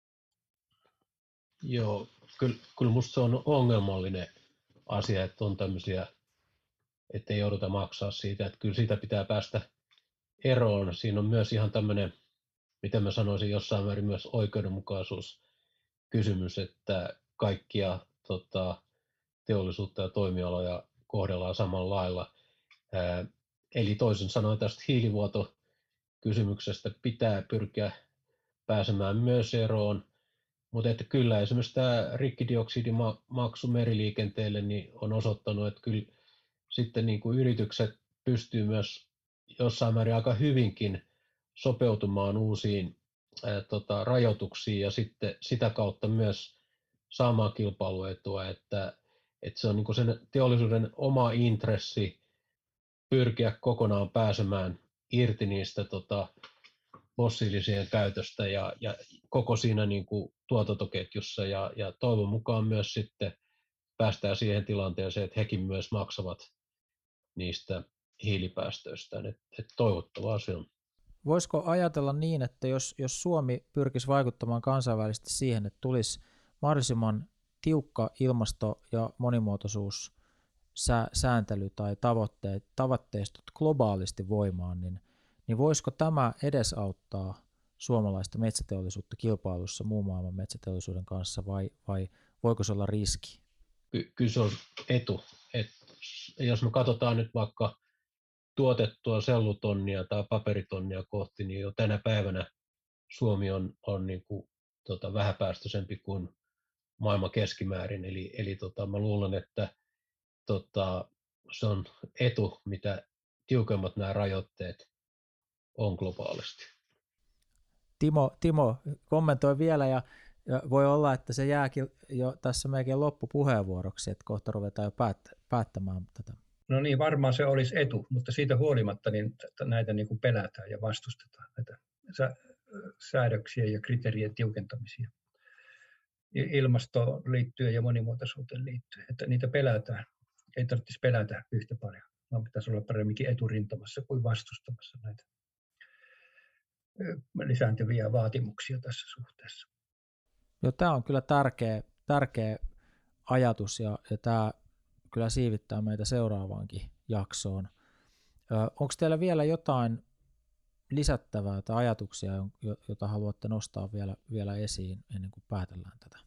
Joo, kyllä musta se on ongelmallinen asia, että on tämmöisiä, että ei jouduta maksaa siitä, että kyllä siitä pitää päästä eroon. Siinä on myös ihan tämmöinen, miten mä sanoisin, jossain määrin myös oikeudenmukaisuuskysymys, että kaikkia teollisuutta ja toimialoja kohdellaan samalla lailla. Eli toisin sanoen tästä hiilivuotokysymyksestä pitää pyrkiä pääsemään myös eroon, mutta että kyllä esimerkiksi tämä rikkidioksidimaksu meriliikenteelle niin on osoittanut, että kyllä sitten niin kuin yritykset pystyy myös jossain määrin aika hyvinkin sopeutumaan uusiin rajoituksiin ja sitten sitä kautta myös saamaan kilpailuetua, että se on niin kuin sen teollisuuden oma intressi pyrkiä kokonaan pääsemään irti niistä fossiilisien käytöstä ja koko siinä niin kuin tuotantoketjussa ja toivon mukaan myös sitten päästään siihen tilanteeseen, että hekin myös maksavat niistä hiilipäästöistä, että toivottavaa se on. Voisiko ajatella niin, että jos Suomi pyrkisi vaikuttamaan kansainvälisesti siihen, että tulisi mahdollisimman tiukka ilmasto- ja monimuotoisuussääntely tai tavoitteistot globaalisti voimaan, niin voisiko tämä edesauttaa suomalaista metsäteollisuutta kilpailussa muun maailman metsäteollisuuden kanssa vai voiko se olla riski? Kyllä se on etu. Jos me katsotaan nyt vaikka tuotettua sellutonnia tai paperitonnia kohti, niin jo tänä päivänä Suomi on niin kuin, vähäpäästöisempi kuin maailman keskimäärin. Eli mä luulen, että se on etu, mitä tiukemmat nämä rajoitteet on globaalisti. Timo kommentoi vielä ja voi olla, että se jääkin jo tässä melkein loppupuheenvuoroksi, että kohta ruvetaan jo päättämään tätä. No niin, varmaan se olisi etu, mutta siitä huolimatta niin näitä niin kuin pelätään ja vastustetaan, näitä säädöksiä ja kriteerien tiukentamisia ilmastoon liittyen ja monimuotoisuuteen liittyen, että niitä pelätään. Ei tarvitsisi pelätä yhtä paljon, vaan pitäisi olla paremminkin eturintamassa kuin vastustamassa näitä lisääntyviä vaatimuksia tässä suhteessa. Joo, tämä on kyllä tärkeä ajatus ja tämä kyllä siivittää meitä seuraavaankin jaksoon. Onko teillä vielä jotain lisättävää tai ajatuksia, jota haluatte nostaa vielä esiin ennen kuin päätellään tätä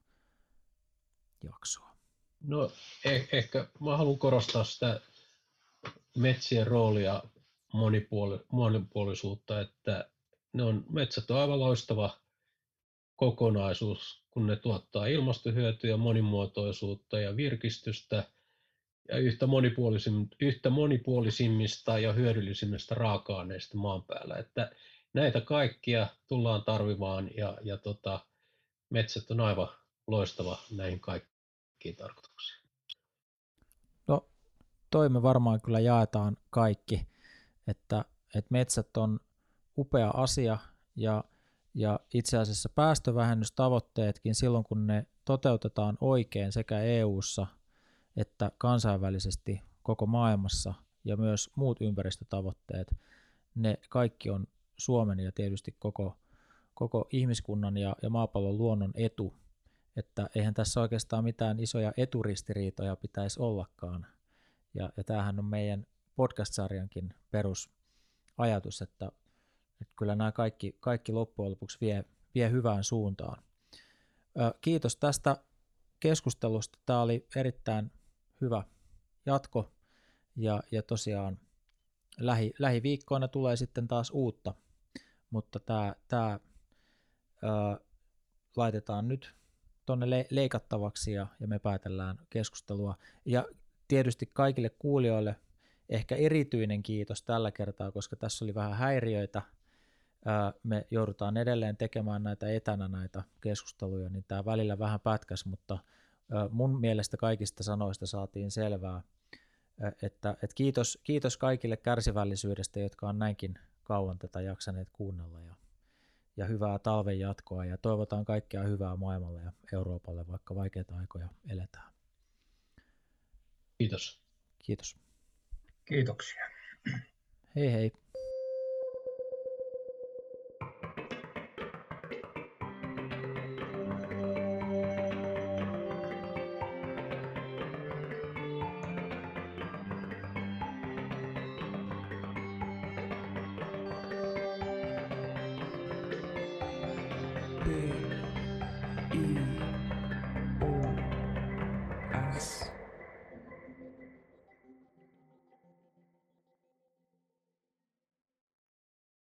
jaksoa? No ehkä mä haluan korostaa sitä metsien roolia monipuolisuutta, että metsät on aivan loistava kokonaisuus, kun ne tuottaa ilmastohyötyjä, monimuotoisuutta ja virkistystä ja yhtä monipuolisimmista ja hyödyllisimmistä raaka-aineista maan päällä. Että näitä kaikkia tullaan tarvimaan ja metsät on aivan loistava näihin kaikkiin tarkoituksiin. No, toi me varmaan kyllä jaetaan kaikki, että metsät on upea asia ja itse asiassa päästövähennystavoitteetkin silloin, kun ne toteutetaan oikein sekä EU:ssa että kansainvälisesti koko maailmassa ja myös muut ympäristötavoitteet, ne kaikki on Suomen ja tietysti koko ihmiskunnan ja maapallon luonnon etu, että eihän tässä oikeastaan mitään isoja eturistiriitoja pitäisi ollakaan. Ja tämähän on meidän podcast-sarjankin perusajatus, että kyllä nämä kaikki loppujen lopuksi vie hyvään suuntaan. Kiitos tästä keskustelusta. Tämä oli erittäin hyvä jatko ja tosiaan lähiviikkoina tulee sitten taas uutta, mutta tämä laitetaan nyt tuonne leikattavaksi ja me päätellään keskustelua. Ja tietysti kaikille kuulijoille ehkä erityinen kiitos tällä kertaa, koska tässä oli vähän häiriöitä. Me joudutaan edelleen tekemään näitä etänä näitä keskusteluja, niin tämä välillä vähän pätkäs, mutta mun mielestä kaikista sanoista saatiin selvää, että kiitos kaikille kärsivällisyydestä, jotka on näinkin kauan tätä jaksaneet kuunnella ja hyvää talven jatkoa ja toivotaan kaikkea hyvää maailmalle ja Euroopalle, vaikka vaikeita aikoja eletään. Kiitos. Kiitos. Kiitoksia. Hei hei. Big